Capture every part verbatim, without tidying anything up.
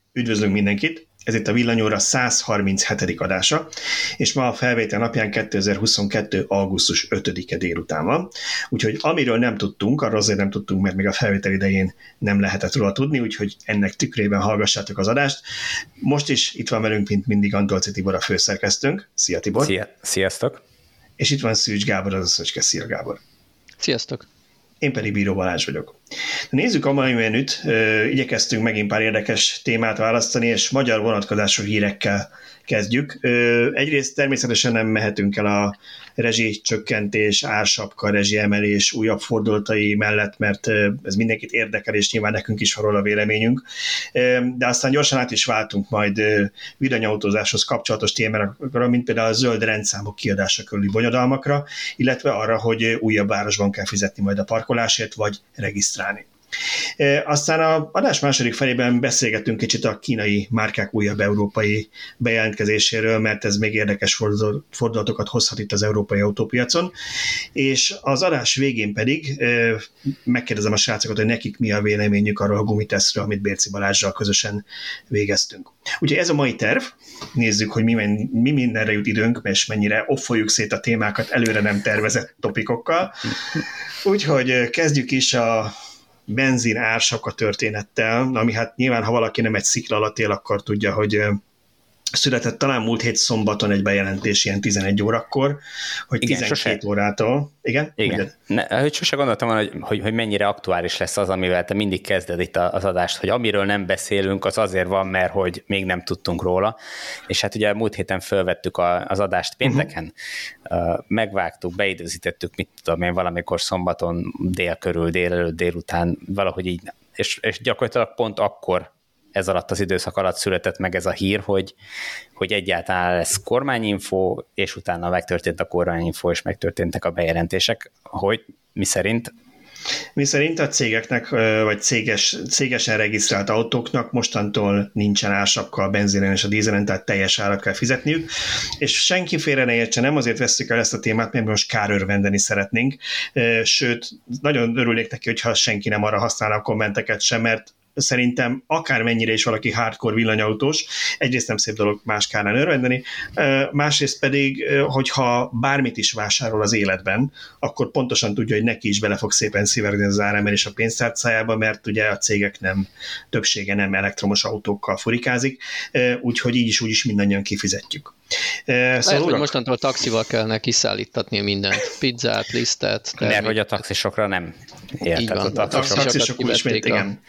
Üdvözlünk mindenkit! Ez itt a Villanyóra száz harminchetedik adása, és ma a felvétel napján kétezer-huszonkettő. augusztus ötödike délután van. Úgyhogy amiről nem tudtunk, arról azért nem tudtunk, mert még a felvétel idején nem lehetett róla tudni, úgyhogy ennek tükrében hallgassátok az adást. Most is itt van velünk, mint mindig, Antolczy Tibor, a főszerkesztőnk. Szia, Tibor! Szia. Sziasztok! És itt van Szűcs Gábor, az a Szöcske. Szia, Gábor! Sziasztok! Én pedig Bíró Balázs vagyok. Nézzük a mai menüt, igyekeztünk megint pár érdekes témát választani, és magyar vonatkozású hírekkel kezdjük. Egyrészt természetesen nem mehetünk el a rezsicsökkentés, ársapka, rezsiemelés újabb fordulatai mellett, mert ez mindenkit érdekel, és nyilván nekünk is van róla a véleményünk. De aztán gyorsan át is váltunk majd villanyautózáshoz kapcsolatos témákra, mint például a zöld rendszámok kiadása körüli bonyodalmakra, illetve arra, hogy újabb városban kell fizetni majd a parkolásért, vagy regisztrálni. Aztán a adás második felében beszélgettünk kicsit a kínai márkák újabb európai bejelentkezéséről, mert ez még érdekes fordulatokat hozhat itt az európai autópiacon, és az adás végén pedig megkérdezem a srácokat, hogy nekik mi a véleményük arról a gumitesztről, amit Bérci Balázsral közösen végeztünk. Úgyhogy ez a mai terv, nézzük, hogy mi, men- mi mindenre jut időnk, és mennyire offoljuk szét a témákat előre nem tervezett topikokkal. Úgyhogy kezdjük is a benzin ársapka történettel, ami hát nyilván, ha valaki nem egy szikla alatt él, akkor tudja, hogy született talán múlt hét szombaton egy bejelentés ilyen tizenegy órakor, hogy igen, tizenkét sose. órától. Igen? Igen. Ne, hogy sose gondoltam volna, hogy, hogy, hogy mennyire aktuális lesz az, amivel te mindig kezded itt az adást, hogy amiről nem beszélünk, az azért van, mert hogy még nem tudtunk róla. És hát ugye múlt héten fölvettük a, az adást pénteken, uh-huh. megvágtuk, beidőzítettük, mit tudom én, valamikor szombaton dél körül, délelőtt, délután, valahogy így. És, és gyakorlatilag pont akkor ez alatt az időszak alatt született meg ez a hír, hogy, hogy egyáltalán lesz kormányinfo, és utána megtörtént a kormányinfo, és megtörténtek a bejelentések, hogy mi szerint? Mi szerint a cégeknek, vagy céges, cégesen regisztrált autóknak mostantól nincsen ársapka a benzinen és a dízelen, tehát teljes árat kell fizetniük, és senki félre ne értse, nem azért vesszük el ezt a témát, mert most kárörvendeni szeretnénk, sőt, nagyon örülnék neki, hogyha senki nem arra használna a kommenteket sem, mert szerintem akármennyire is valaki hardcore villanyautós, egyrészt nem szép dolog más kárnán örvendeni, másrészt pedig, hogyha bármit is vásárol az életben, akkor pontosan tudja, hogy neki is bele fog szépen szivárogni az áremelés a pénztárcájába, mert ugye a cégek nem, többsége nem elektromos autókkal furikázik, úgyhogy így is úgy is mindannyian kifizetjük. Lehet, szóval, hogy mostantól taxival kellene kiszállítatni mindent, pizzát, lisztet. Mert hogy a taxisokra nem érted. Van, a taxisokat taxisok úgy ismét, igen.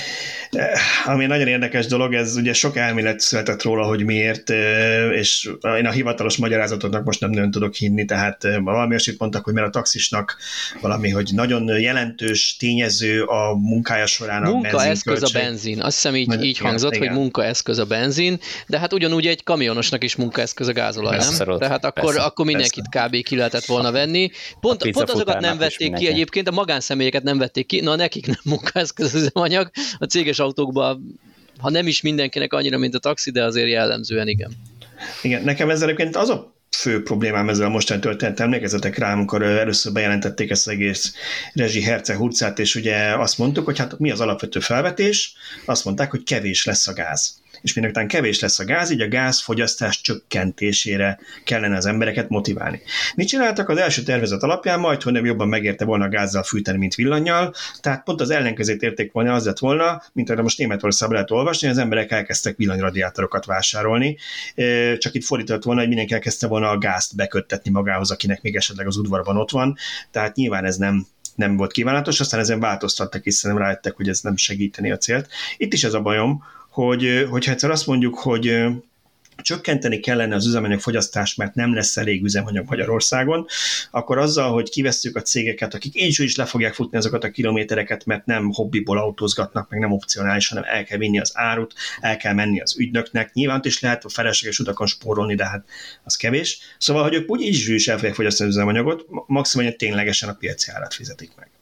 Ami nagyon érdekes dolog, ez ugye sok elmélet született róla, hogy miért, és én a hivatalos magyarázatoknak most nem nagyon tudok hinni, tehát valami olyasmit mondtak, hogy mert a taxisnak valami, hogy nagyon jelentős tényező a munkája során a munkaeszköz a benzin. Azt hiszem így, Nagy, így hangzott, igen, hogy munkaeszköz a benzin, de hát ugyanúgy egy kamionosnak is munkaeszköz a gázolaj, nem? Persze, tehát akkor, persze, akkor mindenkit persze. kb. Ki lehetett volna venni. Pont, pont azokat nem vették ki egyébként, a magánszemélyeket nem vették ki, na nekik nem munkaeszköz az üzemanyag, a céges autókban, ha nem is mindenkinek annyira, mint a taxi, de azért jellemzően igen. Igen, nekem ezzel egyébként az a fő problémám ezzel a mostani történet, emlékezzetek rá, amikor először bejelentették ezt az egész rezsi herceg hurcát, és ugye azt mondtuk, hogy hát mi az alapvető felvetés, azt mondták, hogy kevés lesz a gáz. És minek kevés lesz a gáz, így a gázfogyasztás csökkentésére kellene az embereket motiválni. Mit csináltak az első tervezet alapján? Majd, hogy nem jobban megérte volna a gázzal fűteni, mint villannyal, tehát pont az ellenkezőt érték volna, az lett volna, mint ahogy most Németországban lehet olvasni, hogy az emberek elkezdtek villanyradiátorokat vásárolni, csak itt fordított volna, hogy mindenki elkezdte volna a gázt beköttetni magához, akinek még esetleg az udvarban ott van, tehát nyilván ez nem nem volt kívánatos, aztán ezen változtattak, hiszen nem rájöttek, hogy ez nem segíteni a célt. Itt is ez a bajom, hogy, hogyha egyszer azt mondjuk, hogy csökkenteni kellene az üzemanyagfogyasztást, mert nem lesz elég üzemanyag Magyarországon, akkor azzal, hogy kivesszük a cégeket, akik így is le fogják futni azokat a kilométereket, mert nem hobbiból autózgatnak, meg nem opcionális, hanem el kell vinni az árut, el kell menni az ügynöknek. Nyilván is lehet a felesleges utakon spórolni, de hát az kevés. Szóval, hogy ők úgy így is el fogják fogyasztani az üzemanyagot, maximum, hogy ténylegesen a piaci árat fizetik meg.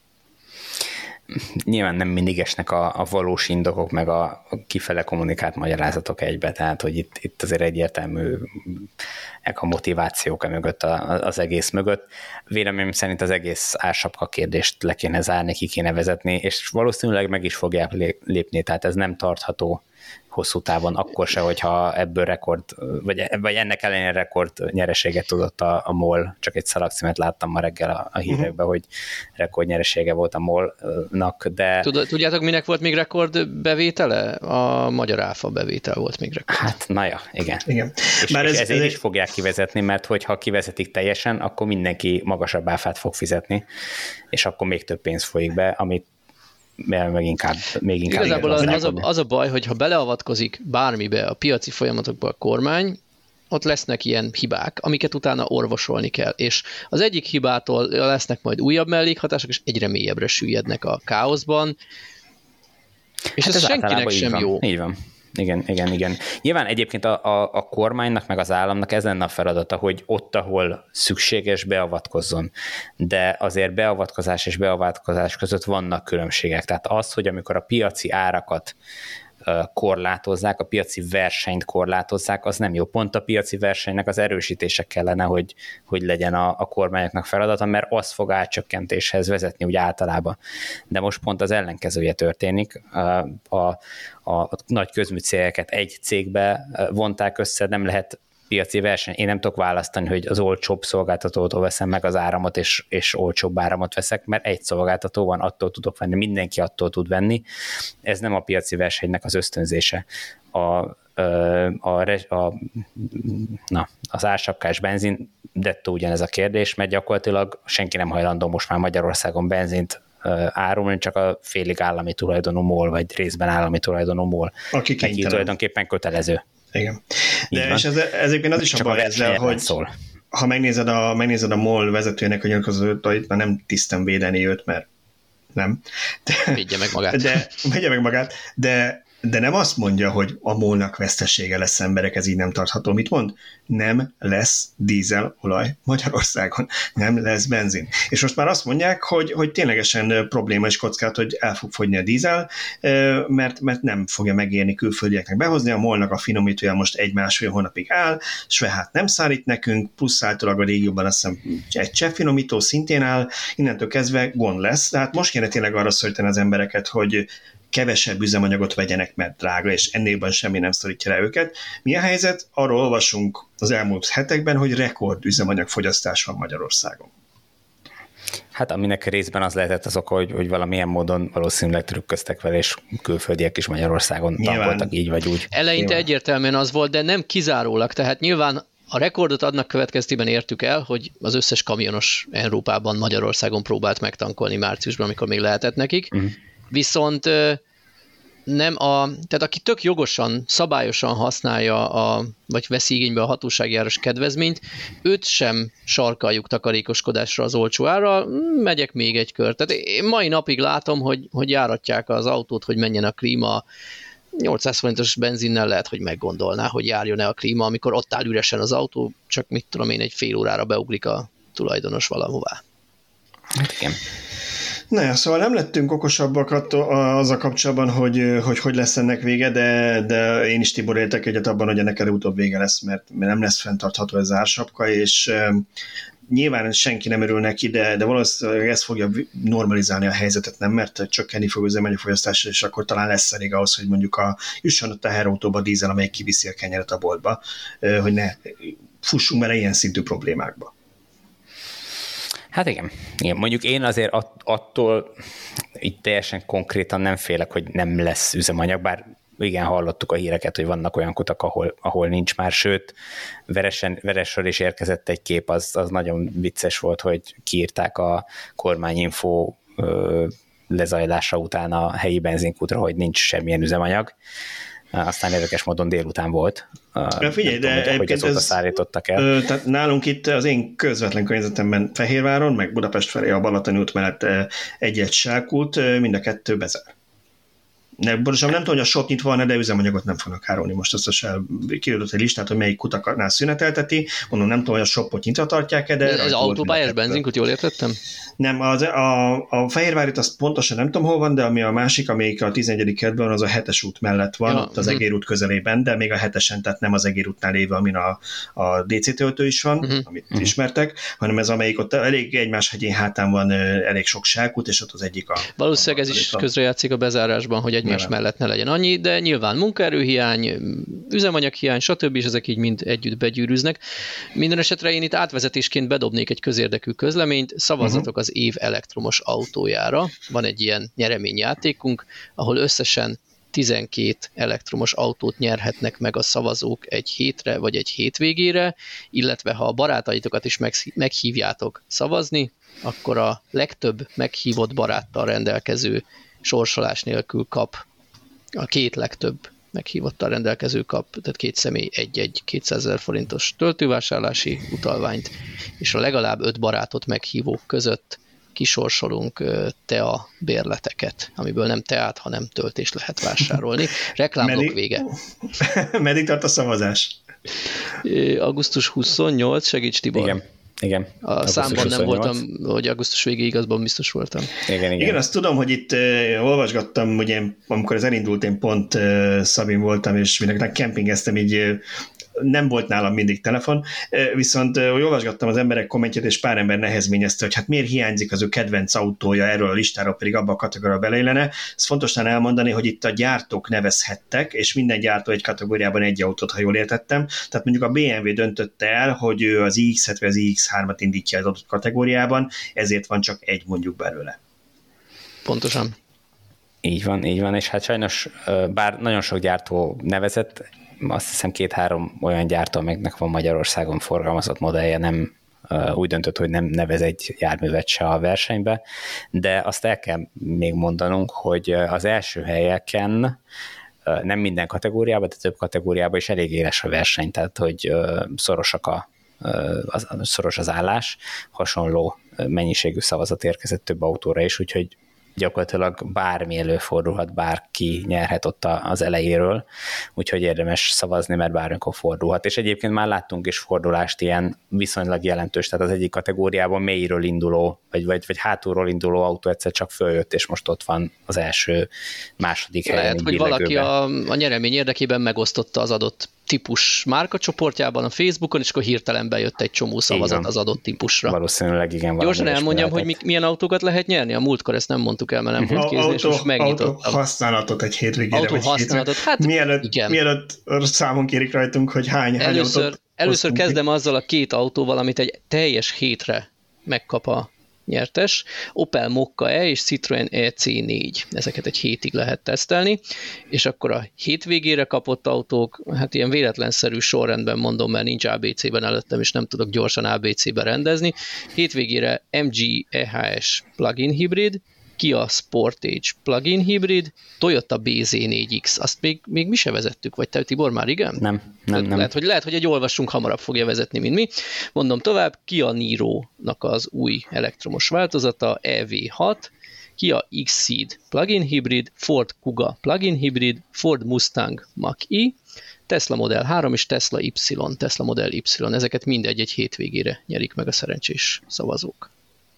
Nyilván nem mindig esnek a, a valós indokok, meg a kifele kommunikált magyarázatok egybe, tehát hogy itt, itt azért egyértelmű a motivációk mögött, az egész mögött. Véleményem szerint az egész ársapka kérdést le kéne zárni, ki kéne vezetni, és valószínűleg meg is fogják lépni, tehát ez nem tartható hosszú távon, akkor se, hogyha ebből rekord, vagy, vagy ennek ellenére rekord nyereséget tudott a, a MOL, csak egy szalagcímet láttam ma reggel a, a hírekben, uh-huh. hogy rekord nyeresége volt a MOL-nak, de... Tudjátok, minek volt még rekord bevétele? A magyar áfa bevétel volt még rekord. Hát, na ja, igen. igen. És, Bár és ez, ezért ez... is fogják kivezetni, mert hogyha kivezetik teljesen, akkor mindenki magasabb áfát fog fizetni, és akkor még több pénz folyik be, amit meg inkább, még inkább igazából az, az, a, az a baj, hogy ha beleavatkozik bármibe a piaci folyamatokba a kormány, ott lesznek ilyen hibák, amiket utána orvosolni kell, és az egyik hibától lesznek majd újabb mellékhatások, és egyre mélyebbre süllyednek a káoszban, és hát ez, ez senkinek sem van. jó. Így van. Igen, igen, igen. Nyilván egyébként a, a, a kormánynak, meg az államnak ez lenne a feladata, hogy ott, ahol szükséges, beavatkozzon. De azért beavatkozás és beavatkozás között vannak különbségek. Tehát az, hogy amikor a piaci árakat korlátozzák, a piaci versenyt korlátozzák, az nem jó. Pont a piaci versenynek az erősítése kellene, hogy, hogy legyen a, a kormányoknak feladata, mert az fog átcsökkentéshez vezetni úgy általában. De most pont az ellenkezője történik. A, a, a nagy közműcégeket egy cégbe vonták össze, nem lehet piaci verseny. Én nem tudok választani, hogy az olcsóbb szolgáltatótól veszem meg az áramot, és, és olcsóbb áramot veszek, mert egy szolgáltató van, attól tudok venni, mindenki attól tud venni. Ez nem a piaci versenynek az ösztönzése. A, a, a, a, na, az ársapkás benzin, dettó ugyanez a kérdés, mert gyakorlatilag senki nem hajlandó most már Magyarországon benzint árulni, csak a félig állami tulajdonú MOL, vagy részben állami tulajdonú MOL. Aki kénytelen. Tulajdonképpen kötelező. Igen. De és ez, ezekben az is a baj ezzel, hogy szól. ha megnézed a, megnézed a MOL vezetőnek a nyilatkozatait, már nem tisztán védeni őt, mert nem. De, Védje meg magát. De, védje meg magát, de, de nem azt mondja, hogy a MOL-nak vesztesége lesz, emberek, ez így nem tartható. Mit mond? Nem lesz dízelolaj Magyarországon, nem lesz benzin. És most már azt mondják, hogy, hogy ténylegesen probléma és kockázat, hogy el fog fogyni a dízel, mert, mert nem fogja megérni külföldieknek behozni. A MOL-nak a finomítója most egy-másfél hónapig áll, s hát nem szállít nekünk, plusz általában a régióban azt hiszem egy cseh finomító szintén áll, innentől kezdve gond lesz. Tehát most kéne tényleg arra szólítani az embereket, hogy kevesebb üzemanyagot vegyenek, mert drága, és ennélben semmi nem szorítja rá őket. Mi a helyzet? Arról olvasunk az elmúlt hetekben, hogy rekord üzemanyagfogyasztás van Magyarországon. Hát aminek részben az lehetett az oka, hogy, hogy valamilyen módon valószínűleg trükköztek vele, és külföldiek is Magyarországon tankoltak így vagy úgy. Eleinte nyilván egyértelműen az volt, de nem kizárólag, tehát nyilván a rekordot adnak következtében értük el, hogy az összes kamionos Európában, Magyarországon próbált megtankolni márciusban, amikor még lehetett nekik. Uh-huh. Viszont nem a, tehát aki tök jogosan, szabályosan használja, a, vagy veszi igénybe a hatósági áras kedvezményt, őt sem sarkaljuk takarékoskodásra az olcsó árral, megyek még egy kört. Tehát én mai napig látom, hogy, hogy járatják az autót, hogy menjen a klíma, nyolcszáz forintos benzinnel lehet, hogy meggondolná, hogy járjon-e a klíma, amikor ott áll üresen az autó, csak mit tudom én, egy fél órára beugrik a tulajdonos valahová. Hát igen. Na, szóval nem lettünk okosabbak az a kapcsolatban, hogy, hogy hogy lesz ennek vége, de, de én is Tibor éltek egyet abban, hogy ennek előbb-utóbb vége lesz, mert nem lesz fenntartható ez az ársapka, és nyilván senki nem örül neki, de, de valószínűleg ez fogja normalizálni a helyzetet, nem, mert csökkenni fog az üzemanyagfogyasztás, és akkor talán lesz elég ahhoz, hogy mondjuk a, jusson a teherautóba a dízel, amelyik kiviszi a kenyeret a boltba, hogy ne fussunk bele ilyen szintű problémákba. Hát igen. igen. Mondjuk én azért attól így teljesen konkrétan nem félek, hogy nem lesz üzemanyag, bár igen, hallottuk a híreket, hogy vannak olyan kutak, ahol, ahol nincs már, sőt, Veresen, Veresről is érkezett egy kép, az, az nagyon vicces volt, hogy kiírták a kormányinfo ö, lezajlása után a helyi benzinkútra, hogy nincs semmilyen üzemanyag. Aztán érdekes módon délután volt. Ja, figyelj, de tudom, hogy azóta szállítottak el. Ö, tehát nálunk itt az én közvetlen környezetemben Fehérváron, meg Budapest felé a Balatoni út mellett egy-egy sárkult, mind a kettő bezár. Ne, pontosan nem tudom, hogy a shop nyitva van, de üzemanyagot nem fognak árulni. Most azt a Shell kiadott egy listát, hogy melyik kutaknál szünetelteti. Mondom, nem tudom, hogy a shopot nyitva tartják-e, de... Ez autópályás benzinkút, jól értettem? Nem, az, a, a Fehérvárit azt pontosan nem tudom hol van, de ami a másik, amelyik a tizenegyedik kerületben, az a hetes út mellett van, ja, ott az uh-huh. Egér út közelében, de még a hetesen, tehát nem az Egér útnál lévő, amin a, a dé cé töltő is van, uh-huh. amit uh-huh. ismertek, hanem ez amelyik ott elég egymás hegyén hátán van elég sok sárkút, és ott az egyik a... Valószínűleg ez is közrejátszik a bezárásban, hogy egymás nem. mellett ne legyen annyi, de nyilván munkaerőhiány, üzemanyaghiány, stb. És ezek így mind együtt begyűrűznek. Minden esetre én itt átvezetésként bedobnék egy közérdekű közleményt, szavazzatok uh-huh. az év elektromos autójára. Van egy ilyen nyereményjátékunk, ahol összesen tizenkét elektromos autót nyerhetnek meg a szavazók egy hétre vagy egy hétvégére, illetve ha a barátaitokat is meghívjátok szavazni, akkor a legtöbb meghívott baráttal rendelkező sorsolás nélkül kap, a két legtöbb meghívottal rendelkező kap, tehát két személy egy-egy kétszázezer forintos töltővásárlási utalványt, és a legalább öt barátot meghívók között kisorsolunk tea bérleteket, amiből nem teát, hanem töltést lehet vásárolni. Reklámblokk vége. Meddig tart a szavazás? augusztus huszonnyolc, segíts Tibor. Igen. Igen. A augusztus számban huszonnyolc. Nem voltam, hogy augusztus végéig, azban biztos voltam. Igen, igen. igen, azt tudom, hogy itt uh, olvasgattam, ugye, amikor ez elindult, én pont uh, Szabin voltam, és mindenkinek kempingeztem, így uh, nem volt nálam mindig telefon, viszont hogy olvasgattam az emberek kommentjét, és pár ember nehezményezte, hogy hát miért hiányzik az ő kedvenc autója erről a listáról, pedig abba a kategóriába beleillene. Ez fontosan elmondani, hogy itt a gyártók nevezhettek, és minden gyártó egy kategóriában egy autót, ha jól értettem. Tehát mondjuk a bé em vé döntötte el, hogy ő az i iksz-et vagy az i iksz hármat indítja az adott kategóriában, ezért van csak egy mondjuk belőle. Pontosan. Így van, így van, és hát sajnos, bár nagyon sok gyártó nevezett, azt hiszem két-három olyan gyártó, amelynek van Magyarországon forgalmazott modellje, nem úgy döntött, hogy nem nevez egy járművet se a versenybe, de azt el kell még mondanunk, hogy az első helyeken nem minden kategóriában, de több kategóriában is elég éles a verseny, tehát hogy szorosak a, az, szoros az állás, hasonló mennyiségű szavazat érkezett több autóra is, úgyhogy gyakorlatilag bármi előfordulhat, bárki nyerhet ott az elejéről, úgyhogy érdemes szavazni, mert bármikor fordulhat. És egyébként már láttunk is fordulást ilyen viszonylag jelentős, tehát az egyik kategóriában mélyről induló, vagy, vagy, vagy hátulról induló autó egyszer csak följött, és most ott van az első, második helyen. Lehet, hogy valaki a, a nyeremény érdekében megosztotta az adott típus márkacsoportjában a Facebookon, és akkor hirtelen bejött egy csomó szavazat az adott típusra. Valószínűleg igen. Gyorsan elmondjam, hogy mi, milyen autókat lehet nyerni? A múltkor ezt nem mondtuk el, mert nem volt kézni, és most megnyitottam. Autó használatot egy hétvégére. Autó használatot, hát mielőtt, igen. Mielőtt számon kérik rajtunk, hogy hány, hány először, autót Először kezdem ki. Azzal a két autóval, amit egy teljes hétre megkap a nyertes, Opel Mokka E és Citroen E C négy. Ezeket egy hétig lehet tesztelni, és akkor a hétvégére kapott autók, hát ilyen véletlenszerű sorrendben mondom, mert nincs á bé cé-ben előttem, és nem tudok gyorsan á bé cé-ben rendezni. Hétvégére em gé E há es plug-in hibrid, Kia Sportage plug-in hibrid, Toyota bé zé négy iksz, azt még, még mi se vezettük, vagy te, Tibor, már igen? Nem, nem, nem. Lehet, hogy, lehet, hogy egy olvasunk hamarabb fogja vezetni, mint mi. Mondom tovább, Kia Niro-nak az új elektromos változata, E V hat, Kia Xceed plug-in hibrid, Ford Kuga plug-in hibrid, Ford Mustang Mach-E, Tesla Model három és Tesla Y, Tesla Model Y, ezeket mindegy egy hétvégére nyerik meg a szerencsés szavazók.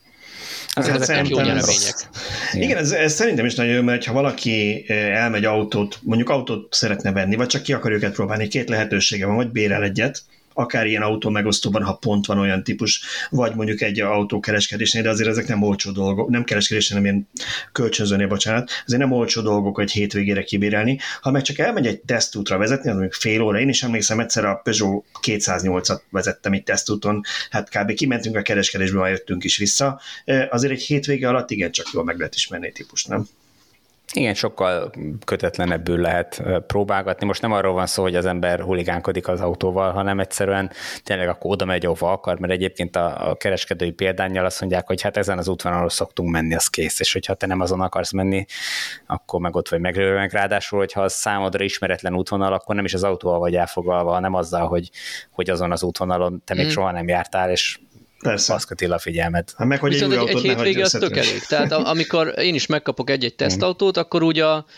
Hát ezek ezek jó nyeremények. Igen, ez, ez szerintem is nagyon jó, mert ha valaki elmegy autót, mondjuk autót szeretne venni, vagy csak ki akar őket próbálni, két lehetősége van, vagy bérel egyet, akár ilyen autó megosztóban, ha pont van olyan típus, vagy mondjuk egy autókereskedésnél, de azért ezek nem olcsó dolgok, nem kereskedésnél, nem ilyen kölcsönzőnél, bocsánat, azért nem olcsó dolgok, hogy hétvégére kibérelni. Ha meg csak elmegy egy tesztútra vezetni, az mondjuk fél óra, én is emlékszem, egyszer a Peugeot kétszáznyolcat vezettem egy tesztúton, hát kb. Kimentünk a kereskedésből, majd jöttünk is vissza. Azért egy hétvége alatt igen, csak jól meg lehet ismerni egy típust, nem? Igen, sokkal kötetlenebbül lehet próbálgatni. Most nem arról van szó, hogy az ember huligánkodik az autóval, hanem egyszerűen tényleg akkor oda megy, ahova akar, mert egyébként a, a kereskedői példánnyal azt mondják, hogy hát ezen az útvonalon szoktunk menni, az kész, és hogyha te nem azon akarsz menni, akkor meg ott vagy meglőve meg. Ráadásul, hogyha az számodra ismeretlen útvonal, akkor nem is az autóval vagy elfoglalva, hanem azzal, hogy, hogy azon az útvonalon te még mm. soha nem jártál, és Persze. azt köti le a figyelmet. Hát meg, hogy viszont egy, egy, egy hétvége az tök elég. Tehát amikor én is megkapok egy-egy tesztautót, akkor úgy a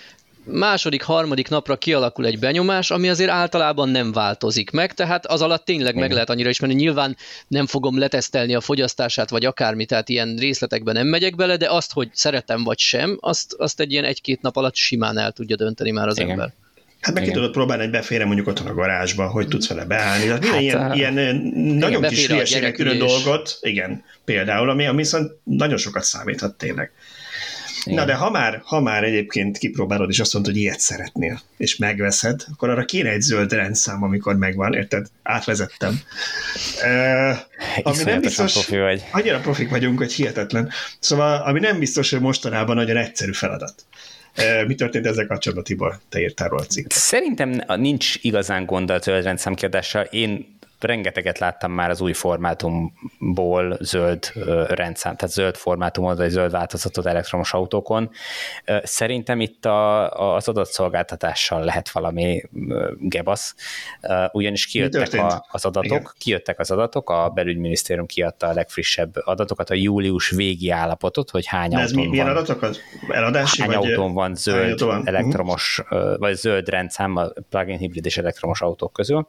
második, harmadik napra kialakul egy benyomás, ami azért általában nem változik meg, tehát az alatt tényleg meg lehet annyira ismerni. Nyilván nem fogom letesztelni a fogyasztását, vagy akármi, tehát ilyen részletekben nem megyek bele, de azt, hogy szeretem vagy sem, azt, azt egy ilyen egy-két nap alatt simán el tudja dönteni már az Igen. ember. Hát meg ki tudod próbálni, hogy beférje mondjuk otthon a garázsba, hogy tudsz vele beállni. Tehát hát, ilyen, a... ilyen nagyon igen, kis hülyeségek külön dolgot, igen, például, ami, ami viszont nagyon sokat számíthat tényleg. Igen. Na de ha már, ha már egyébként kipróbálod, és azt mondod, hogy ilyet szeretnél, és megveszed, akkor arra kéne egy zöld rendszám, amikor megvan, érted? Átvezettem. Uh, ami nem biztos, profi vagy. Annyira profik vagyunk, hogy hihetetlen. Szóval, ami nem biztos, hogy mostanában nagyon egyszerű feladat. Uh, mi történt ezzel kapcsolatban, Tibor? Te írtál róla cikket. Szerintem nincs igazán gond a zöld rendszámkiadással. Én rengeteget láttam már az új formátumból zöld rendszám, tehát zöld formátumot, vagy zöld változatot elektromos autókon. Szerintem itt a, az adatszolgáltatással lehet valami gebasz, ugyanis kijöttek a, az adatok, Igen. kijöttek az adatok, a belügyminisztérium kiadta a legfrissebb adatokat, a július végi állapotot, hogy hány autón mi, milyen van, adatokat? Eladási, hány vagy autón van zöld van? elektromos, uh-huh. vagy zöld rendszám a plug-in hibrid és elektromos autók közül.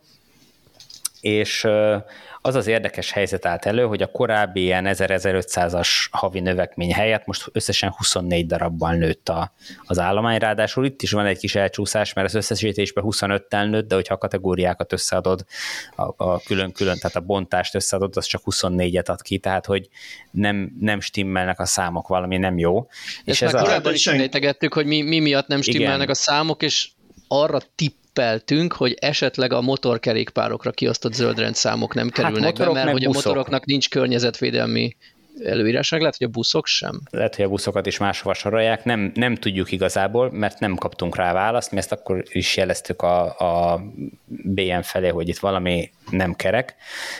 És az az érdekes helyzet állt elő, hogy a korábbi ilyen ezer-ezerötszázas havi növekmény helyett most összesen huszonnégy darabbal nőtt a, az állomány, ráadásul itt is van egy kis elcsúszás, mert az összesítésben huszonöttel nőtt, de hogyha a kategóriákat összeadod, a, a külön-külön, tehát a bontást összeadod, az csak huszonnégyet ad ki, tehát hogy nem, nem stimmelnek a számok, valami nem jó. És ez már korábban is fejtegettük, hogy mi, mi miatt nem stimmelnek Igen. a számok, és arra tipp peltünk, hogy esetleg a motorkerékpárokra kiosztott zöld rendszámok nem kerülnek hát be, mert hogy buszok. A motoroknak nincs környezetvédelmi előírásnak, lehet, hogy a buszok sem. Lehet, hogy a buszokat is máshova sorolják, nem, nem tudjuk igazából, mert nem kaptunk rá választ, mi ezt akkor is jeleztük a, a bé em felé, hogy itt valami nem kerek.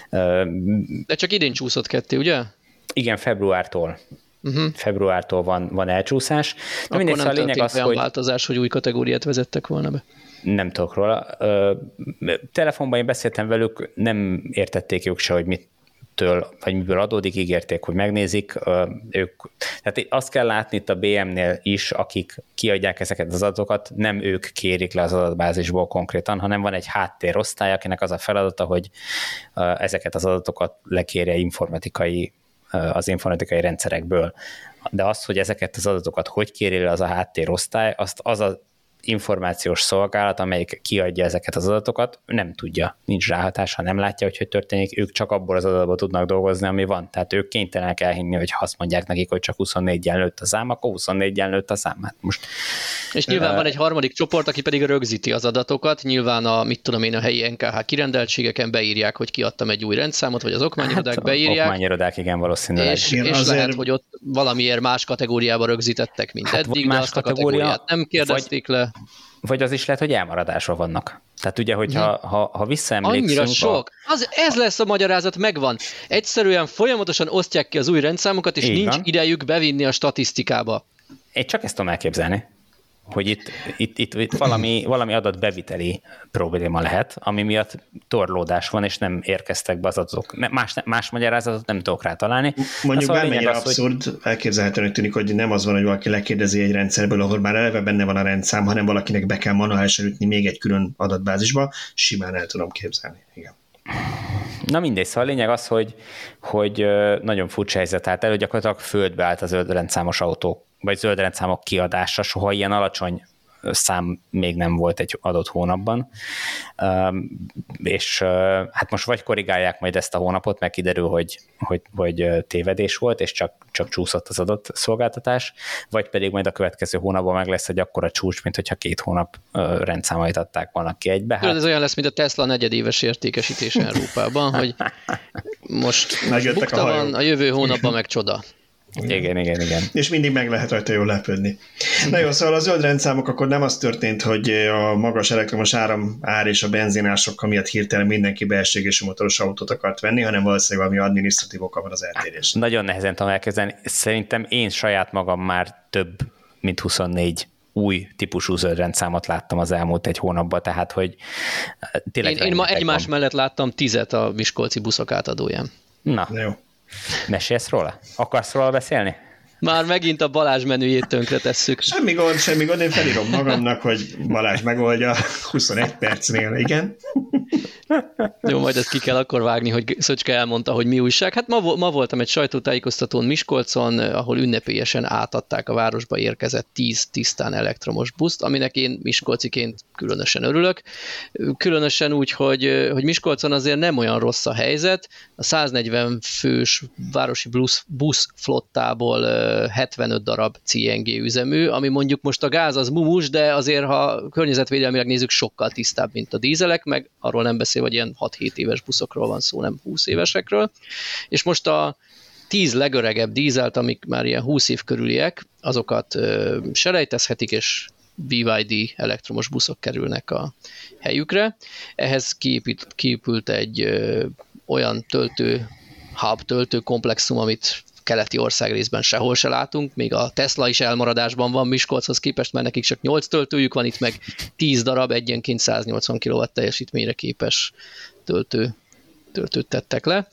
De csak idén csúszott ketté, ugye? Igen, februártól. Uh-huh. Februártól van, van elcsúszás. De akkor nem történt az, olyan hogy... változás, hogy új kategóriát vezettek volna be. Nem tudok róla. Telefonban én beszéltem velük, nem értették ők se, hogy mitől, vagy miből adódik, ígérték, hogy megnézik. Ők, tehát azt kell látni itt a bé em-nél is, akik kiadják ezeket az adatokat, nem ők kérik le az adatbázisból konkrétan, hanem van egy háttérosztály, akinek az a feladata, hogy ezeket az adatokat lekérje informatikai, az informatikai rendszerekből. De az, hogy ezeket az adatokat hogy kéri le az a háttérosztály, azt az a információs szolgálat, amelyik kiadja ezeket az adatokat, nem tudja, nincs ráhatása, nem látja, hogy hogy történik, ők csak abból az adatból tudnak dolgozni, ami van. Tehát ők kénytelenek elhinni, hogy ha azt mondják nekik, hogy csak huszonnéggyel nőtt a szám, akkor huszonnéggyel nőtt a szám. Hát most, és nyilván uh, van egy harmadik csoport, aki pedig rögzíti az adatokat, nyilván a, mit tudom én, a helyi en ká há kirendeltségeken beírják, hogy kiadtam egy új rendszámot, vagy az okmányirodák hát, beírják. Okmányirodák, igen, valószínűleg. És, igen, és azért... lehet, hogy ott valamiért más kategóriába rögzítettek, mint hát eddig, de azt a kategóriát nem kérdezték vagy... le. Vagy az is lehet, hogy elmaradásra vannak. Tehát ugye, hogyha ha, ha visszaemlékszünk... Annyira sok. A... Az, ez lesz a magyarázat, megvan. Egyszerűen folyamatosan osztják ki az új rendszámokat, és Így nincs van. idejük bevinni a statisztikába. Én csak ezt tudom elképzelni, hogy itt, itt, itt, itt valami, valami adatbeviteli probléma lehet, ami miatt torlódás van, és nem érkeztek be az adatok. Más, más magyarázatot nem tudok rá találni. Mondjuk hát bármennyire az, abszurd, hogy... elképzelhetőnek tűnik, hogy nem az van, hogy valaki lekérdezi egy rendszerből, ahol már eleve benne van a rendszám, hanem valakinek be kell manuálisan ütni még egy külön adatbázisba, simán el tudom képzelni. Igen. Na mindegy, szóval a lényeg az, hogy, hogy nagyon furcsa helyzet állt el, hogy gyakorlatilag földbe állt a zöld rendszámos autók, vagy zöld rendszámok kiadása, soha ilyen alacsony szám még nem volt egy adott hónapban, és hát most vagy korrigálják majd ezt a hónapot, meg kiderül, hogy, hogy, hogy tévedés volt, és csak, csak csúszott az adott szolgáltatás, vagy pedig majd a következő hónapban meg lesz egy akkora csúcs, mint hogyha két hónap rendszámait adták volna ki egybe. Hát... Ez olyan lesz, mint a Tesla negyedéves értékesítés Európában, hogy most, most bukta van, a jövő hónapban meg csoda. Igen, igen, igen. És mindig meg lehet rajta jól lepődni. Na jó, szóval a zöld rendszámok akkor nem az történt, hogy a magas elektromos áram ár és a benzinásokkal miatt hirtelen mindenki belségésű motoros autót akart venni, hanem valószínűleg valami adminisztratív oka van az eltérés. Nagyon nehezen tudom elkezdeni. Szerintem én saját magam már több, mint huszonnégy új típusú zöld rendszámot láttam az elmúlt egy hónapban, tehát hogy tényleg... Én, én ma egymás van. mellett láttam tizet a miskolci buszok átadóján. Na, jó. Mesélsz róla? Akarsz róla beszélni? Már megint a Balázs menüjét tönkre tesszük. Semmi gond, semmi gond, én felírom magamnak, hogy Balázs megoldja huszonegy percnél, igen. Jó, majd ezt ki kell akkor vágni, hogy Szöcske elmondta, hogy mi újság. Hát ma, ma voltam egy sajtótájékoztatón Miskolcon, ahol ünnepélyesen átadták a városba érkezett tíz tisztán elektromos buszt, aminek én miskolciként különösen örülök. Különösen úgy, hogy, hogy Miskolcon azért nem olyan rossz a helyzet. A száznegyven fős városi busz, buszflottából hetvenöt darab cé en gé üzemű, ami mondjuk most a gáz az mumus, de azért, ha környezetvédelmileg nézzük, sokkal tisztább, mint a dízelek, meg arról nem beszél, hogy ilyen hat-hét éves buszokról van szó, nem húsz évesekről. És most a tíz legöregebb dízelt, amik már ilyen húsz év körüliek, azokat ö, selejtezhetik, és bé vé dé elektromos buszok kerülnek a helyükre. Ehhez kiépült, kiépült egy ö, olyan töltő, hub töltő komplexum, amit keleti országrészben sehol se látunk, még a Tesla is elmaradásban van Miskolchoz képest, mert nekik csak nyolc töltőjük van, itt meg tíz darab egyenként száznyolcvan kilowatt teljesítményre képes töltő, töltőt tettek le.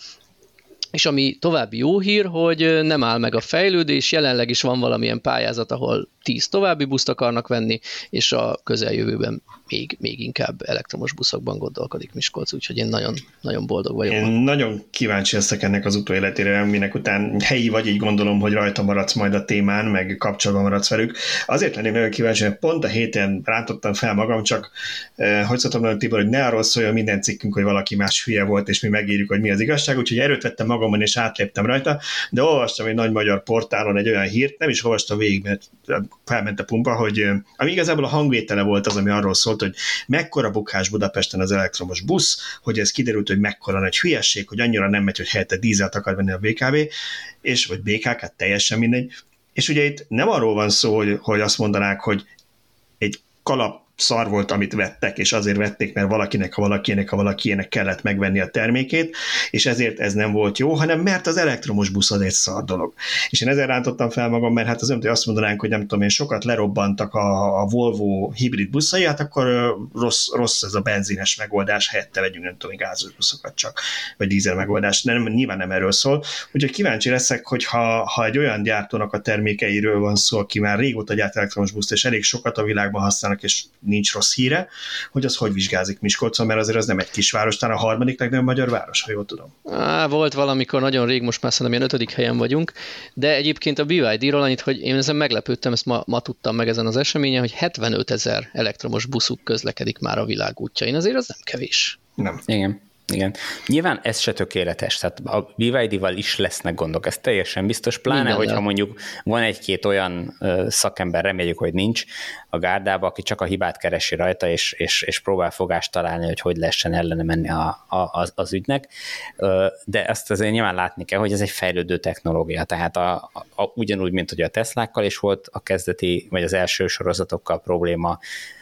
És ami további jó hír, hogy nem áll meg a fejlődés, jelenleg is van valamilyen pályázat, ahol tíz további buszt akarnak venni, és a közeljövőben még, még inkább elektromos buszokban gondolkodik Miskolc, úgyhogy én nagyon, nagyon boldog vagyok. Én nagyon kíváncsi leszek ennek az utóéletére, aminek után helyi vagy, így gondolom, hogy rajta maradsz majd a témán, meg kapcsolatban maradsz velük. Azért lennék nagyon kíváncsi, hogy pont a héten rántottam fel magam, csak eh, hogy szóltam nagyon Tibor, hogy ne arról szóljon minden cikkünk, hogy valaki más hülye volt, és mi megírjuk, hogy mi az igazság, úgyhogy erőt vettem magamon, és átléptem rajta, de olvastam egy nagy magyar portálon egy olyan hírt, nem is olvastam végig, mert felment a pumpa, hogy ami igazából a hangvétele volt az, ami arról szólt, hogy mekkora bukás Budapesten az elektromos busz, hogy ez kiderült, hogy mekkora nagy hülyesség, hogy annyira nem megy, hogy helyette dízelt akar venni a bé ká vé, és vagy bé ká ká, teljesen mindegy. És ugye itt nem arról van szó, hogy, hogy azt mondanák, hogy egy kalap szar volt, amit vettek, és azért vették, mert valakinek, ha valakinek, ha valakinek kellett megvenni a termékét, és ezért ez nem volt jó, hanem mert az elektromos busz az egy szar dolog. És én ezért rántottam fel magam, mert hát az nem, hogy azt mondanánk, hogy nem tudom én, sokat lerobbantak a, a Volvo hibrid buszai, hát akkor rossz, rossz ez a benzines megoldás, helyette vegyünk nem tudom, gázos buszokat csak, vagy dízel megoldás. Nem, nyilván nem erről szól. Úgyhogy kíváncsi leszek, hogy ha, ha egy olyan gyártónak a termékeiről van szó, aki már régóta gyárt elektromos buszt, és elég sokat a világban használnak, és nincs rossz híre, hogy az hogy vizsgázik Miskolcon, mert azért az nem egy kisváros, talán a harmadik legnagyobb magyar város, ha jól tudom. Á, volt valamikor nagyon rég, most már szerintem ilyen ötödik helyen vagyunk, de egyébként a bé vé dé-ről annyit, hogy én ezen meglepődtem, ezt ma, ma tudtam meg ezen az eseményen, hogy hetvenötezer elektromos buszuk közlekedik már a világ útjain, azért az nem kevés. Nem. Igen. Igen. Nyilván ez se tökéletes, tehát a bé vé dé-vel is lesznek gondok, ez teljesen biztos, pláne, minden hogyha mondjuk van egy-két olyan uh, szakember, reméljük, hogy nincs a gárdába, aki csak a hibát keresi rajta, és, és, és próbál fogást találni, hogy hogy lehessen ellene menni a, a, az, az ügynek, uh, de azt azért nyilván látni kell, hogy ez egy fejlődő technológia, tehát a, a, a, ugyanúgy, mint hogy a Teslákkal is volt a kezdeti, vagy az első sorozatokkal probléma.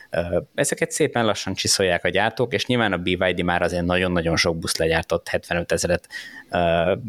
Ezeket szépen lassan csiszolják a gyártók, és nyilván a bé vé dé már azért nagyon-nagyon sok busz legyártott, hetvenöt ezeret uh,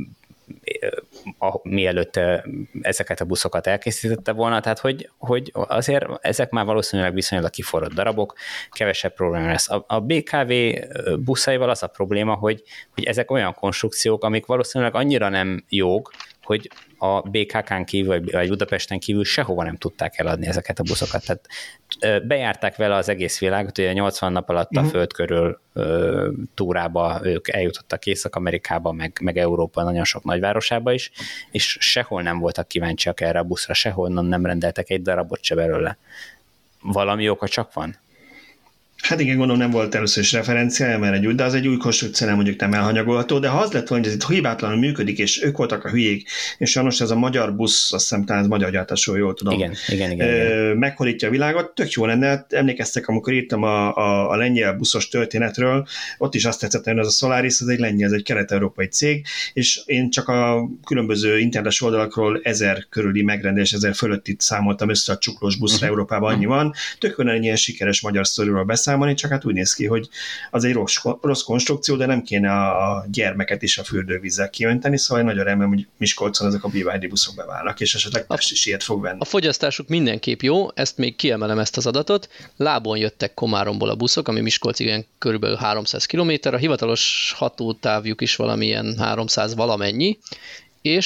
uh, mielőtt uh, ezeket a buszokat elkészítette volna, tehát hogy, hogy azért ezek már valószínűleg viszonylag kiforrott darabok, kevesebb probléma lesz. A, a bé ká vé buszaival az a probléma, hogy, hogy ezek olyan konstrukciók, amik valószínűleg annyira nem jók, hogy a bé ká kán kívül, vagy Budapesten kívül sehova nem tudták eladni ezeket a buszokat. Tehát bejárták vele az egész világot, ugye nyolcvan nap alatt a föld körül ö, túrába ők eljutottak Észak-Amerikába, meg, meg Európa nagyon sok nagyvárosába is, és sehol nem voltak kíváncsiak erre a buszra, sehol nem rendeltek egy darabot se belőle. Valami oka csak van? Hát igen, gondolom nem volt először is referenciája, mert egy új, de az egy új konstrukció, nem mondjuk nem elhanyagolható, de ha az lett volna, hogy ez itt hibátlanul működik, és ők voltak a hülyék, és sajnos ez a magyar busz, azt hiszem talán ez magyar gyártásról, jól tudom, igen, igen, igen, igen. meghorítja a világot, tök jó lenne, emlékeztek, amikor írtam a, a, a lengyel buszos történetről, ott is azt tetszett, hogy az a Solaris, ez egy lengyel, ez egy kelet-európai cég, és én csak a különböző internetes oldalakról ezer körüli megrendelés, ezer fölött itt számoltam össze a csuklós buszra, uh-huh. Európában annyi van, tök jó lenne egy ilyen sikeres magyar sztoriról beszámolni, csak hát úgy néz ki, hogy az egy rossz, rossz konstrukció, de nem kéne a, a gyermeket is a fürdővízzel kiönteni, szóval nagyon remélem, hogy Miskolcon ezek a bé vé dé buszok beválnak, és esetleg Pest is ilyet fog venni. A fogyasztásuk mindenképp jó, ezt még kiemelem ezt az adatot. Lábon jöttek Komáromból a buszok, ami Miskolcig ilyen körülbelül háromszáz kilométer, a hivatalos hatótávjuk is valamilyen háromszáz valamennyi, és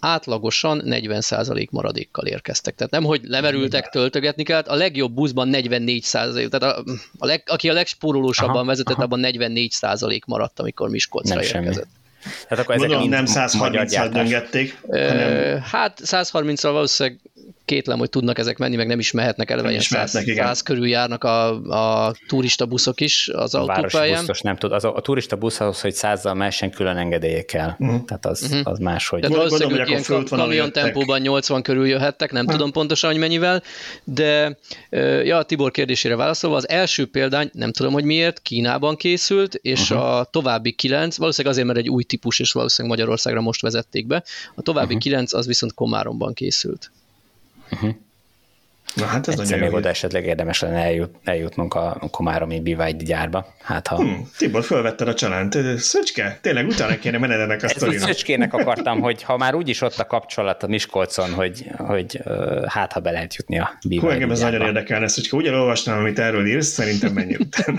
átlagosan negyven százalék maradékkal érkeztek. Tehát nem, hogy lemerültek, töltögetni kellett, a legjobb buszban negyvennégy százalék, tehát a, a leg, aki a legspórolósabban aha, vezetett, aha. abban negyvennégy százalék maradt, amikor Miskolcra nem érkezett. Semmi. Tehát akkor ezek nem száz harminccal döngették, hanem... Hát száz harminccal valószínűleg kétlem, hogy tudnak ezek menni, meg nem is mehetnek eleve, ilyen száz körül járnak a, a turista buszok is az autópályán. Biztos nem tud. Az a, a turista busz ahhoz, hogy százzal mehessen, külön engedélyekkel. Uh-huh. Tehát az, uh-huh. az máshogy. Tehát valószínűleg ők ilyen kamion tempóban nyolcvan körül jöhettek, nem uh-huh. tudom pontosan, hogy mennyivel, de ja, a Tibor kérdésére válaszolva, az első példány, nem tudom, hogy miért, Kínában készült, és uh-huh. a további kilenc, valószínűleg azért, mert egy új típus, és valószínűleg Magyarországra most vezették be, a további uh-huh. kilenc az viszont Komáromban készült. Uh-huh. Na, hát ez egyszer még oda esetleg érdemes lenne eljut, eljutnunk a komáromi bé vé i gyárba. Hát, ha... Hmm, Tibor, fölvetted a csalánt. Szöcske, tényleg utána kéne menned ennek a sztorinak. Szöcskének akartam, hogy ha már úgyis ott a kapcsolat a Miskolcon, hogy, hogy uh, hát ha be lehet jutni a bé vé i gyárba. Hú, engem ez nagyon érdekelne, Szöcske. Úgy elolvasnám, amit erről írsz, szerintem menjünk utána.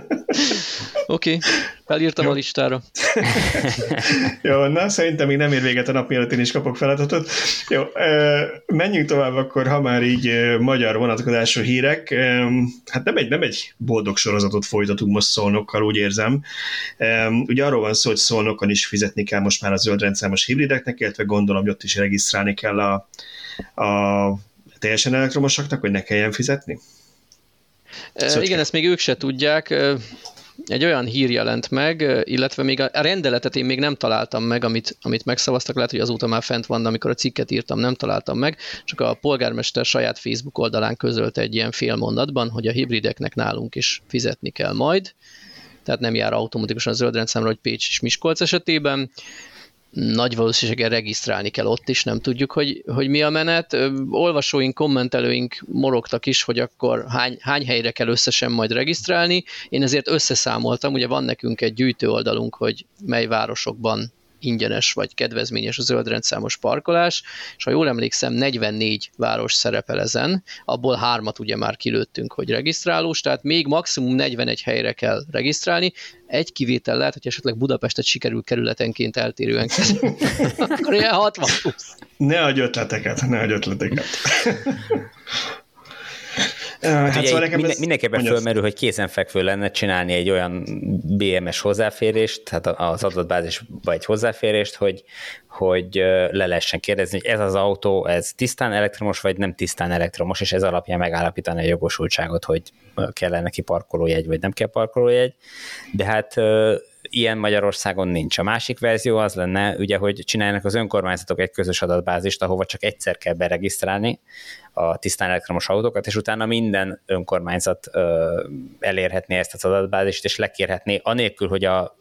Oké, okay. Felírtam Jó. a listára. Jó, na, szerintem még nem ér véget a nap, mielőtt én is kapok feladatot. Jó, menjünk tovább akkor, ha már így magyar vonatkozású hírek. Hát nem egy, nem egy boldog sorozatot folytatunk most Szolnokkal, úgy érzem. Ugye arról van szó, hogy Szolnokon is fizetni kell most már a zöld rendszámos hibrideknek, illetve gondolom, hogy ott is regisztrálni kell a, a teljesen elektromosaknak, hogy ne kelljen fizetni? Szóval igen, ezt még ők se tudják. Egy olyan hír jelent meg, illetve még a rendeletet én még nem találtam meg, amit, amit megszavaztak, lehet, hogy azóta már fent van, de amikor a cikket írtam, nem találtam meg, csak a polgármester saját Facebook oldalán közölte egy ilyen fél mondatban, hogy a hibrideknek nálunk is fizetni kell majd, tehát nem jár automatikusan a zöld rendszámra, hogy Pécs és Miskolc esetében. Nagy valószínűséggel regisztrálni kell ott is, nem tudjuk, hogy, hogy mi a menet. Olvasóink, kommentelőink morogtak is, hogy akkor hány, hány helyre kell összesen majd regisztrálni. Én ezért összeszámoltam, ugye van nekünk egy gyűjtő oldalunk, hogy mely városokban ingyenes vagy kedvezményes a zöld rendszámos parkolás, és ha jól emlékszem, negyvennégy város szerepel ezen, abból hármat ugye már kilőttünk, hogy regisztrálós, tehát még maximum negyvenegy helyre kell regisztrálni. Egy kivétel lehet, hogy esetleg Budapestet sikerül kerületenként eltérően kezdeni. Akkor ilyen hatvan plusz. Ne adj ötleteket, ne adj ötleteket. Hát hát szóval minden, ez... Mindenképpen fölmerül, hogy kézenfekvő lenne csinálni egy olyan bé em es hozzáférést, tehát az adatbázisba egy hozzáférést, hogy, hogy le lehessen kérdezni, hogy ez az autó, ez tisztán elektromos, vagy nem tisztán elektromos, és ez alapján megállapítani a jogosultságot, hogy kell neki parkolójegy, vagy nem kell parkolójegy. De hát ilyen Magyarországon nincs. A másik verzió az lenne, ugye, hogy csinálnak az önkormányzatok egy közös adatbázist, ahova csak egyszer kell beregisztrálni a tisztán elektromos autókat, és utána minden önkormányzat ö, elérhetné ezt az adatbázist, és lekérhetné, anélkül, hogy a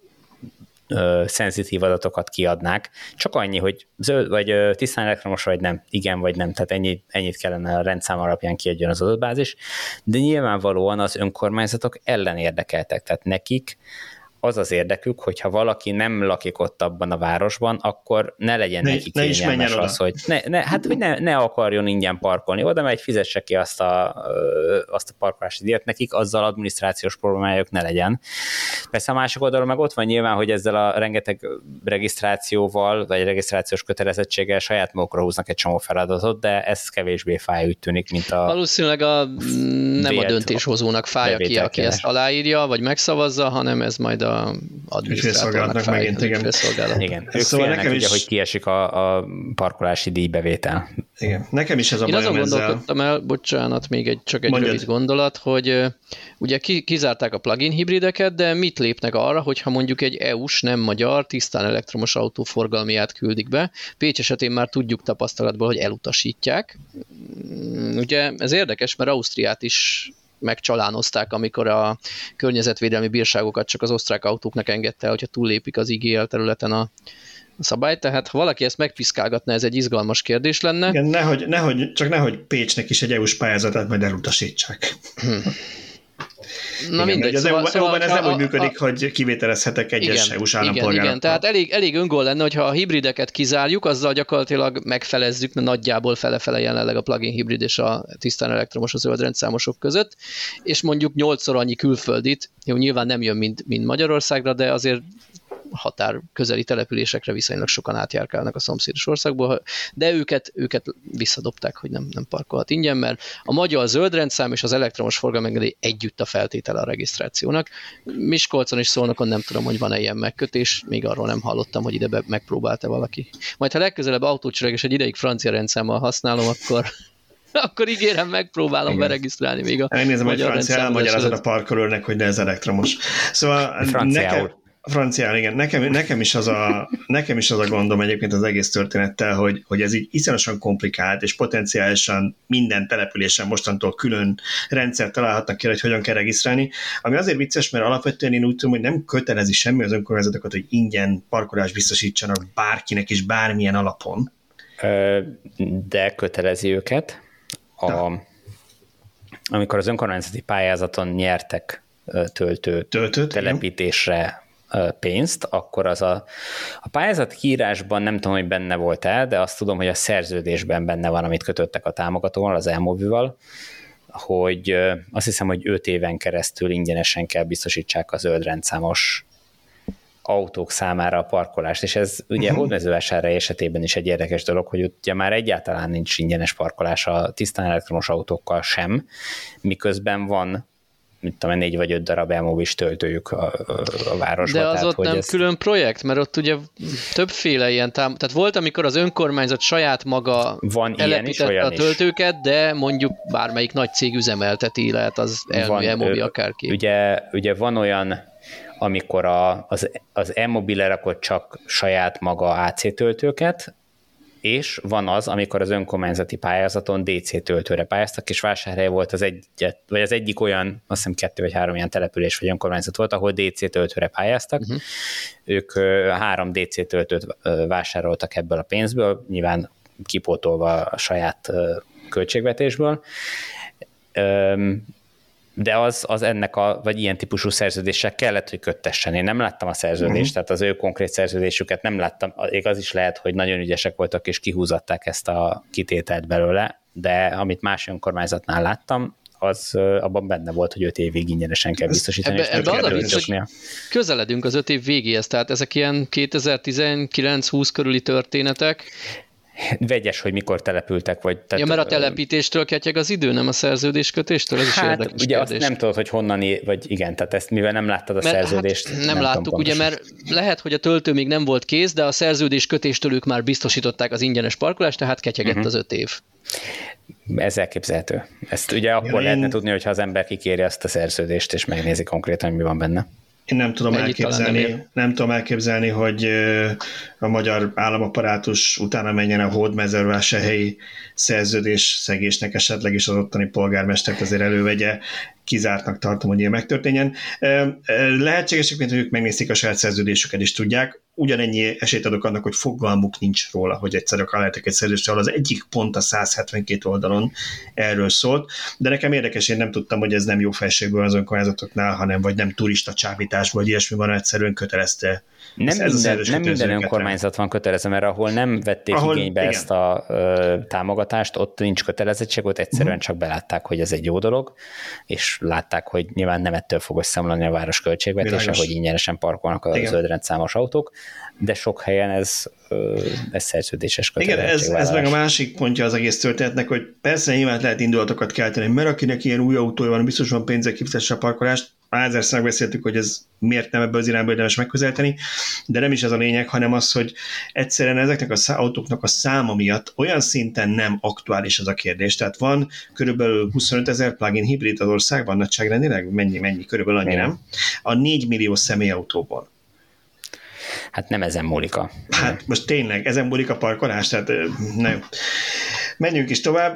ö, szenzitív adatokat kiadnák. Csak annyi, hogy zöld, vagy ö, tisztán elektromos, vagy nem, igen, vagy nem, tehát ennyi, ennyit kellene a rendszám alapján kiadjon az adatbázis, de nyilvánvalóan az önkormányzatok ellen érdekeltek, tehát nekik az az érdekük, hogyha valaki nem lakik ott abban a városban, akkor ne legyen ne, neki ne kényelmes az, hogy ne, ne, hát, hogy ne, ne akarjon ingyen parkolni. Oda megy, fizesse ki azt a, azt a parkolási díjat nekik, azzal adminisztrációs problémájuk ne legyen. Persze a másik oldalon meg ott van nyilván, hogy ezzel a rengeteg regisztrációval, vagy regisztrációs kötelezettséggel saját magukra húznak egy csomó feladatot, de ez kevésbé fáj, úgy tűnik, mint a... Valószínűleg a, nem a döntéshozónak fáj, aki, aki ezt aláírja, vagy megszavazza, hanem ez majd a adminisztrátornak megint, igen. igen. Ők szóval félnek, ugye, is... hogy kiesik a, a parkolási díjbevétel. Igen. Nekem is ez a Én bajom ezzel. Én azon gondolkodtam el, bocsánat, még egy, csak egy Mondjad. rövid gondolat, hogy ugye kizárták a plug-in hibrideket, de mit lépnek arra, hogyha mondjuk egy é u-s, nem magyar, tisztán elektromos autó forgalmiát küldik be. Pécs esetén már tudjuk tapasztalatból, hogy elutasítják. Ugye ez érdekes, mert Ausztriát is megcsalánozták, amikor a környezetvédelmi bírságokat csak az osztrák autóknak engedte, hogyha túllépik az i gé el területen a szabályt. Tehát ha valaki ezt megpiszkálgatna, ez egy izgalmas kérdés lenne. Igen, nehogy, nehogy, csak nehogy Pécsnek is egy é u-s pályázatát majd elutasítsák. Hmm. Na igen, mindegy. Az szóval, szóval, ez nem úgy működik, a, hogy kivételezhetek egyes igen, é u-s állampolgárokkal. Igen, igen, tehát elég, elég öngól lenne, hogyha a hibrideket kizárjuk, azzal gyakorlatilag megfelezzük, mert nagyjából fele-fele jelenleg a plug-in hibrid és a tisztán elektromos a zöld rendszámosok között, és mondjuk nyolcszor annyi külföldit, jó, nyilván nem jön mind, mind Magyarországra, de azért határ közeli településekre viszonylag sokan átjárkálnak a szomszédos országból, de őket, őket visszadobták, hogy nem, nem parkolhat ingyen, mert a magyar zöldrendszám és az elektromos forgalomengedély együtt a feltétele a regisztrációnak. Miskolcon és Szolnokon nem tudom, hogy van-e ilyen megkötés, még arról nem hallottam, hogy ide be megpróbálta valaki. Majd ha legközelebb autócsereg és egy ideig francia rendszámmal használom, akkor akkor ígérem, megpróbálom igen. beregisztrálni még a Megnézem, hogy francia elmagyarázod a parkolőrnek, hogy de ez elektromos. Szóval nekem, franciál, igen, nekem, nekem, is az a, nekem is az a gondom egyébként az egész történettel, hogy, hogy ez így iszonyatosan komplikált, és potenciálisan minden településen mostantól külön rendszert találhatnak ki, hogy hogyan kell regisztrálni, ami azért vicces, mert alapvetően én úgy tudom, hogy nem kötelezi semmi az önkormányzatokat, hogy ingyen parkolást biztosítsanak bárkinek is bármilyen alapon. De kötelezi őket. A, amikor az önkormányzati pályázaton nyertek töltő Töltőt, telepítésre igen. pénzt, akkor az a, a pályázati kiírásban nem tudom, hogy benne volt-e, de azt tudom, hogy a szerződésben benne van, amit kötöttek a támogatóval, az Elmovival, hogy azt hiszem, hogy öt éven keresztül ingyenesen kell biztosítsák a zöld rendszámos autók számára a parkolást, és ez ugye uh-huh. Hódmezővásárhely esetében is egy érdekes dolog, hogy ugye már egyáltalán nincs ingyenes parkolás a tisztán elektromos autókkal sem, miközben van, mit tudom, négy vagy öt darab elmovis töltőjük a, a, a városban. De az tehát, ott hogy nem ez... külön projekt, mert ott ugye többféle ilyen tám... Tehát volt, amikor az önkormányzat saját maga van telepítette a töltőket, is. De mondjuk bármelyik nagy cég üzemelteti, lehet az elmobi akárki. Ugye, ugye van olyan amikor a, az, az e-mobil lerakott csak saját maga á cé töltőket, és van az, amikor az önkormányzati pályázaton dé cé töltőre pályáztak, és Vásárhely volt az egyet, vagy az egyik olyan, azt hiszem kettő vagy három ilyen település vagy önkormányzat volt, ahol dé cé töltőre pályáztak. Uh-huh. Ők három dé cé töltőt vásároltak ebből a pénzből, nyilván kipótolva a saját költségvetésből. De az, az ennek a, vagy ilyen típusú szerződéssel kellett, hogy köttessen. Én nem láttam a szerződést, uh-huh. tehát az ő konkrét szerződésüket nem láttam. Még az is lehet, hogy nagyon ügyesek voltak, és kihúzatták ezt a kitételt belőle, de amit más önkormányzatnál láttam, az abban benne volt, hogy öt évig ingyenesen kell biztosítani. Ebbe, ebbe az a vicc, hogy közeledünk az öt év végéhez, tehát ezek ilyen kétezer-tizenkilenc-húsz körüli történetek. Vegyes, hogy mikor települtek, vagy... Tehát, ja, mert a telepítéstől ketyeg az idő, nem a szerződéskötéstől? Ez hát, is érdekes ugye kérdés. Azt nem tudod, hogy honnan, vagy igen, tehát ezt mivel nem láttad a mert szerződést... Hát nem, nem láttuk, ugye, mert lehet, hogy a töltő még nem volt kész, de a szerződéskötéstől ők már biztosították az ingyenes parkolást, tehát ketyegett uh-huh. az öt év. Ez elképzelhető. Ezt ugye akkor ja, én... lehetne tudni, hogyha az ember kikéri azt a szerződést, és megnézi konkrétan, hogy mi van benne. Én nem tudom, elképzelni, nem, nem tudom elképzelni, hogy a magyar államaparátus utána menjen a hódmezővásárhelyi szerződés szegésnek esetleg is az ottani polgármestert azért elővegye. Kizártnak tartom, hogy ilyen megtörténjen. Lehetségesek, mint hogy ők megnézték a saját szerződésüket is tudják. Ugyanennyi esélyt adok annak, hogy fogalmuk nincs róla, hogy egyszer aláírtak egy szerződést, ahol az egyik pont a száz hetvenkét oldalon erről szólt. De nekem érdekes, én nem tudtam, hogy ez nem jó felségből az önkormányzatoknál, hanem vagy nem turista csábításból, vagy ilyesmi van, egyszerűen kötelezte. Nem ez minden, nem minden önkormányzat van kötelező, mert ahol nem vették ahol, igénybe igen. ezt a ö, támogatást, ott nincs kötelezettség, ott egyszerűen uh-huh. csak belátták, hogy ez egy jó dolog, és látták, hogy nyilván nem ettől fog összeomlani a város költségvetése, hogy ingyenesen parkolnak a zöldrendszámos autók, de sok helyen ez, ez szerződéses kötelezettség. Igen, ez, ez meg a másik pontja az egész történetnek, hogy persze nyilván lehet indulatokat kelteni, mert akinek ilyen új autója van, biztos van pénze, kifizesse a parkolást, már ezerszer megbeszéltük, hogy ez miért nem ebből az irányba érdemes megközelíteni, de nem is ez a lényeg, hanem az, hogy egyszerűen ezeknek az autóknak a száma miatt olyan szinten nem aktuális ez a kérdés. Tehát van körülbelül huszonöt ezer plug-in hibrid az országban nagyságrendileg, mennyi, mennyi, körülbelül annyi, nem? A négy millió személyautóból. Hát nem ezen múlik a... Hát most tényleg, ezen múlik a parkolás, tehát na jó. Menjünk is tovább.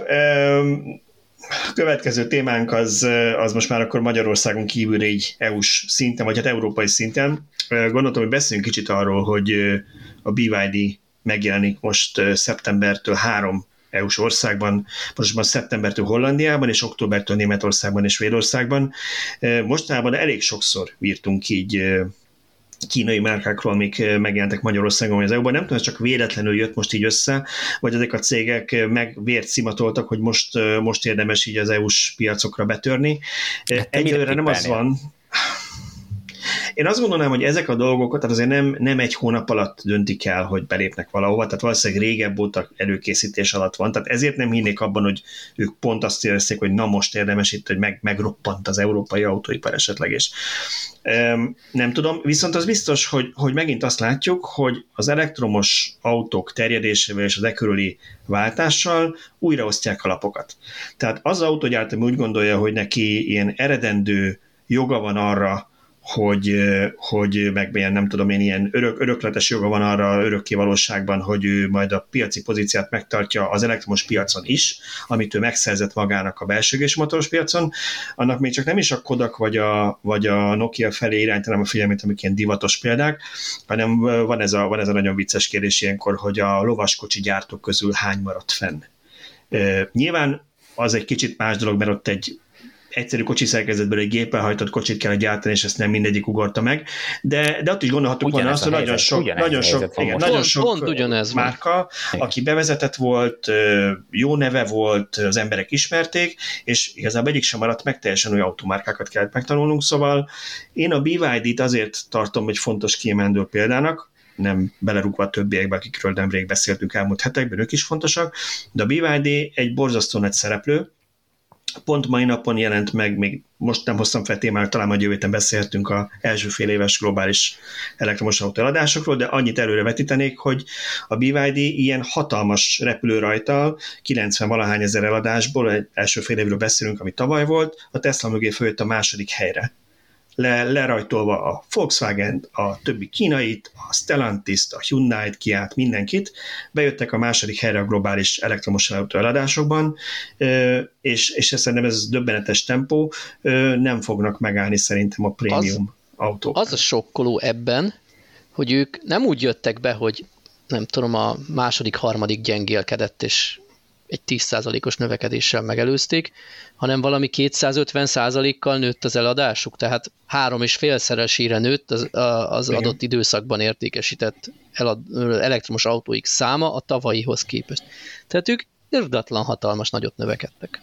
A következő témánk az, az most már akkor Magyarországon kívül egy é u-s szinten, vagy hát európai szinten. Gondoltam, hogy beszéljünk kicsit arról, hogy a bé vé dé megjelenik most szeptembertől három é u-s országban, most már szeptembertől Hollandiában, és októbertől Németországban és Svédországban. Mostanában elég sokszor írtunk így kínai márkákról, amik megjelentek Magyarországon vagy az é u-ban. Nem tudom, csak véletlenül jött most így össze, vagy ezek a cégek meg vért szimatoltak, hogy most, most érdemes így az é u-s piacokra betörni. Hát egyelőre nem az van. Én azt gondolnám, hogy ezek a dolgok, tehát azért nem, nem egy hónap alatt döntik el, hogy belépnek valahova, tehát valószínűleg régebb óta előkészítés alatt van, tehát ezért nem hinnék abban, hogy ők pont azt érezték, hogy na most érdemes itt, hogy meg, megroppant az európai autóipar esetleg, és um, nem tudom, viszont az biztos, hogy, hogy megint azt látjuk, hogy az elektromos autók terjedésével és az e körüli váltással újraosztják a lapokat. Tehát az autógyártó úgy gondolja, hogy neki ilyen eredendő joga van arra, hogy, hogy meg ilyen, nem tudom én, ilyen örök, örökletes joga van arra örökké valóságban, hogy ő majd a piaci pozíciát megtartja az elektromos piacon is, amit ő megszerzett magának a belső égésű motoros piacon, annak még csak nem is a Kodak vagy a, vagy a Nokia felé irányítanám a figyelmét, amik ilyen divatos példák, hanem van ez a, van ez a nagyon vicces kérdés ilyenkor, hogy a lovaskocsi gyártók közül hány maradt fenn. E, nyilván az egy kicsit más dolog, mert ott egy egyszerű kocsi szerkezetből egy géppel hajtott kocsit kell gyártani, és ezt nem mindegyik ugorta meg, de, de ott is gondolhattuk volna azt, hogy nagyon sok, nagyon sok, igen, nagyon sok pont, pont márka, van. Aki bevezetett volt, jó neve volt, az emberek ismerték, és igazából egyik sem maradt meg, teljesen új automárkákat kellett megtanulnunk, szóval én a bé vé dé-t azért tartom egy fontos kiemelendő példának, nem belerúgva a többiekbe, akikről nemrég beszéltünk elmúlt hetekben, ők is fontosak, de a bé vé dé egy borzasztó nagy szereplő. Pont mai napon jelent meg, még most nem hoztam fel témára, talán majd jövő héten beszélhetünk az első fél éves globális elektromos autó eladásokról, de annyit előre vetítenék, hogy a bé vé dé ilyen hatalmas repülőrajttal, kilencven valahány ezer eladásból, egy első fél évről beszélünk, ami tavaly volt, a Tesla mögé följött a második helyre. Le, lerajtolva a Volkswagen, a többi kínait, a Stellantis-t, a Hyundai-t, Kiát, mindenkit, bejöttek a második helyre a globális elektromos autó eladásokban, és, és szerintem ez döbbenetes tempó, nem fognak megállni szerintem a prémium autók. Az a sokkoló ebben, hogy ők nem úgy jöttek be, hogy nem tudom, a második, harmadik gyengélkedett, és egy tíz százalékos növekedéssel megelőzték, hanem valami kétszázötven százalékkal nőtt az eladásuk, tehát három és félszeresére nőtt az, az adott időszakban értékesített elad, elektromos autóik száma a tavalyihoz képest. Tehát ők irdatlan hatalmas nagyot növekedtek.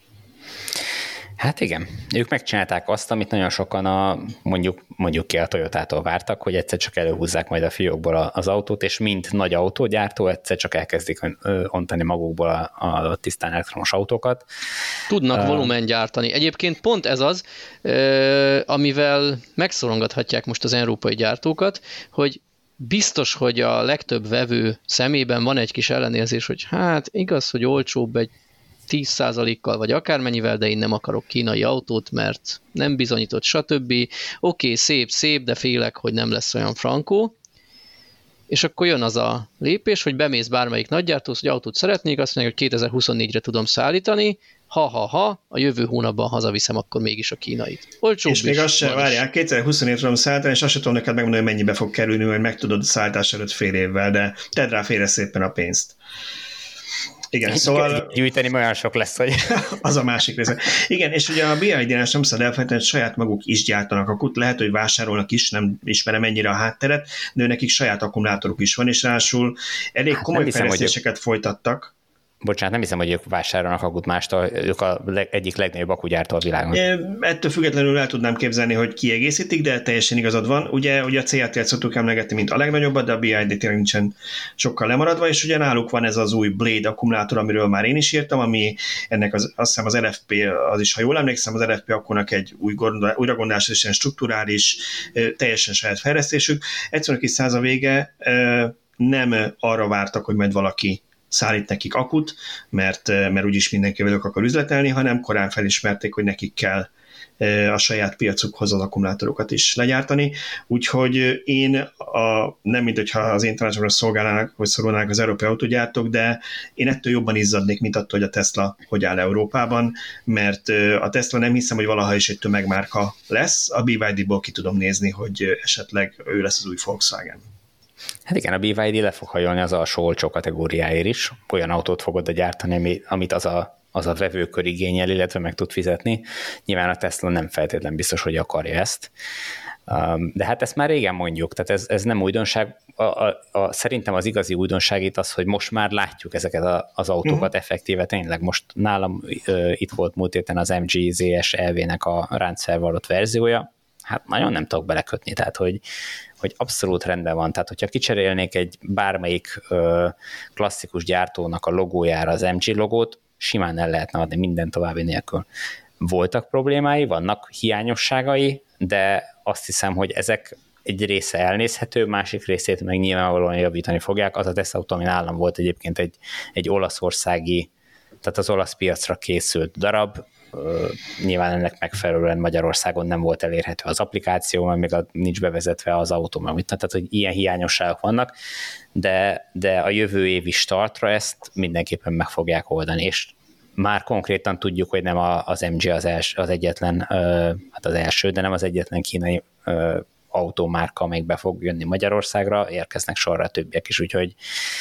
Hát igen, ők megcsinálták azt, amit nagyon sokan a, mondjuk, mondjuk ki a Toyotától vártak, hogy egyszer csak előhúzzák majd a fiókból az autót, és mint nagy autógyártó egyszer csak elkezdik ontani magukból a, a tisztán elektromos autókat. Tudnak uh, volumen gyártani. Egyébként pont ez az, amivel megszorongathatják most az európai gyártókat, hogy biztos, hogy a legtöbb vevő szemében van egy kis ellenérzés, hogy hát igaz, hogy olcsóbb egy tíz százalékkal vagy akármennyivel, de én nem akarok kínai autót, mert nem bizonyított, stb. Oké, okay, szép, szép, de félek, hogy nem lesz olyan frankó. És akkor jön az a lépés, hogy bemész bármelyik nagygyártóhoz, hogy autót szeretnék, azt mondják, hogy kétezer-huszonnégyre tudom szállítani, ha-ha-ha, a jövő hónapban hazaviszem akkor mégis a kínait. Olcsóbb és még azt sem várják, kétezer-huszonnégyre tudom szállítani, és azt sem tudom neked megmondani, hogy mennyibe fog kerülni, hogy megtudod a szállítás előtt fél évvel, de tedd rá félre szépen a pénzt. Igen, szóval... Gyűjteni olyan sok lesz, hogy... az a másik része. Igen, és ugye a bé i dé-nál nem szabad elfelejteni, hogy saját maguk is gyártanak akut, lehet, hogy vásárolnak is, nem ismerem ennyire a hátteret, de nekik saját akkumulátoruk is van, és ráadásul elég hát komoly fejlesztéseket folytattak. Bocsánat, nem hiszem, hogy ők vásárolnak akut mástól, ők a leg, egyik legnagyobb akugyártó a világon. E, ettől függetlenül el tudnám képzelni, hogy kiegészítik, de teljesen igazad van. Ugye, ugye a cé á té-t szoktuk emlegetni, mint a legnagyobbat, de a bé i dé tényleg nincsen sokkal lemaradva, és ugye náluk van ez az új Blade akkumulátor, amiről már én is írtam, ami ennek az, azt hiszem az er ef pé, az is, ha jól emlékszem, az er ef pé akkunak egy új gondol, újragondolás, és ilyen strukturális, teljesen saját fejlesztésük. Egyszerűen kis száz a vége, nem arra vártak, hogy majd valaki szállít nekik akut, mert, mert úgyis mindenki velük akar üzletelni, hanem korán felismerték, hogy nekik kell a saját piacukhoz az akkumulátorokat is legyártani. Úgyhogy én, a, nem mint hogyha az én tanácsomra szolgálnának, hogy szorulnának az európai autógyártók, de én ettől jobban izzadnék, mint attól, hogy a Tesla hogy áll Európában, mert a Tesla nem hiszem, hogy valaha is egy tömegmárka lesz, a bé i dé-ból ki tudom nézni, hogy esetleg ő lesz az új Volkswagen. Hát igen, a bé i dé le fog hajolni az alsó olcsó kategóriáért is. Olyan autót fogod gyártani, amit az a, az a vevőkör igényel, illetve meg tud fizetni. Nyilván a Tesla nem feltétlen biztos, hogy akarja ezt. De hát ezt már régen mondjuk, tehát ez, ez nem újdonság. A, a, a, szerintem az igazi újdonság itt az, hogy most már látjuk ezeket a, az autókat uh-huh. effektíve. Tényleg most nálam uh, itt volt múlt héten az em gé zé es é vé-nek a ráncfelvallott verziója. hát nagyon nem tudok belekötni, tehát hogy, hogy abszolút rendben van. Tehát, hogyha kicserélnék egy bármelyik ö, klasszikus gyártónak a logójára az em gé logót, simán el lehetne adni minden további nélkül. Voltak problémái, vannak hiányosságai, de azt hiszem, hogy ezek egy része elnézhető, másik részét meg nyilvánvalóan javítani fogják. Az a tesztautó, ami nálam volt egyébként egy, egy olaszországi, tehát az olasz piacra készült darab, nyilván ennek megfelelően Magyarországon nem volt elérhető az applikáció, mert még nincs bevezetve az autó, tehát hogy ilyen hiányosságok vannak, de, de a jövő évi startra ezt mindenképpen meg fogják oldani, és már konkrétan tudjuk, hogy nem az em gé az, els, az egyetlen, hát az első, de nem az egyetlen kínai autómárka, amelyik be fog jönni Magyarországra, érkeznek sorra többiek is, úgyhogy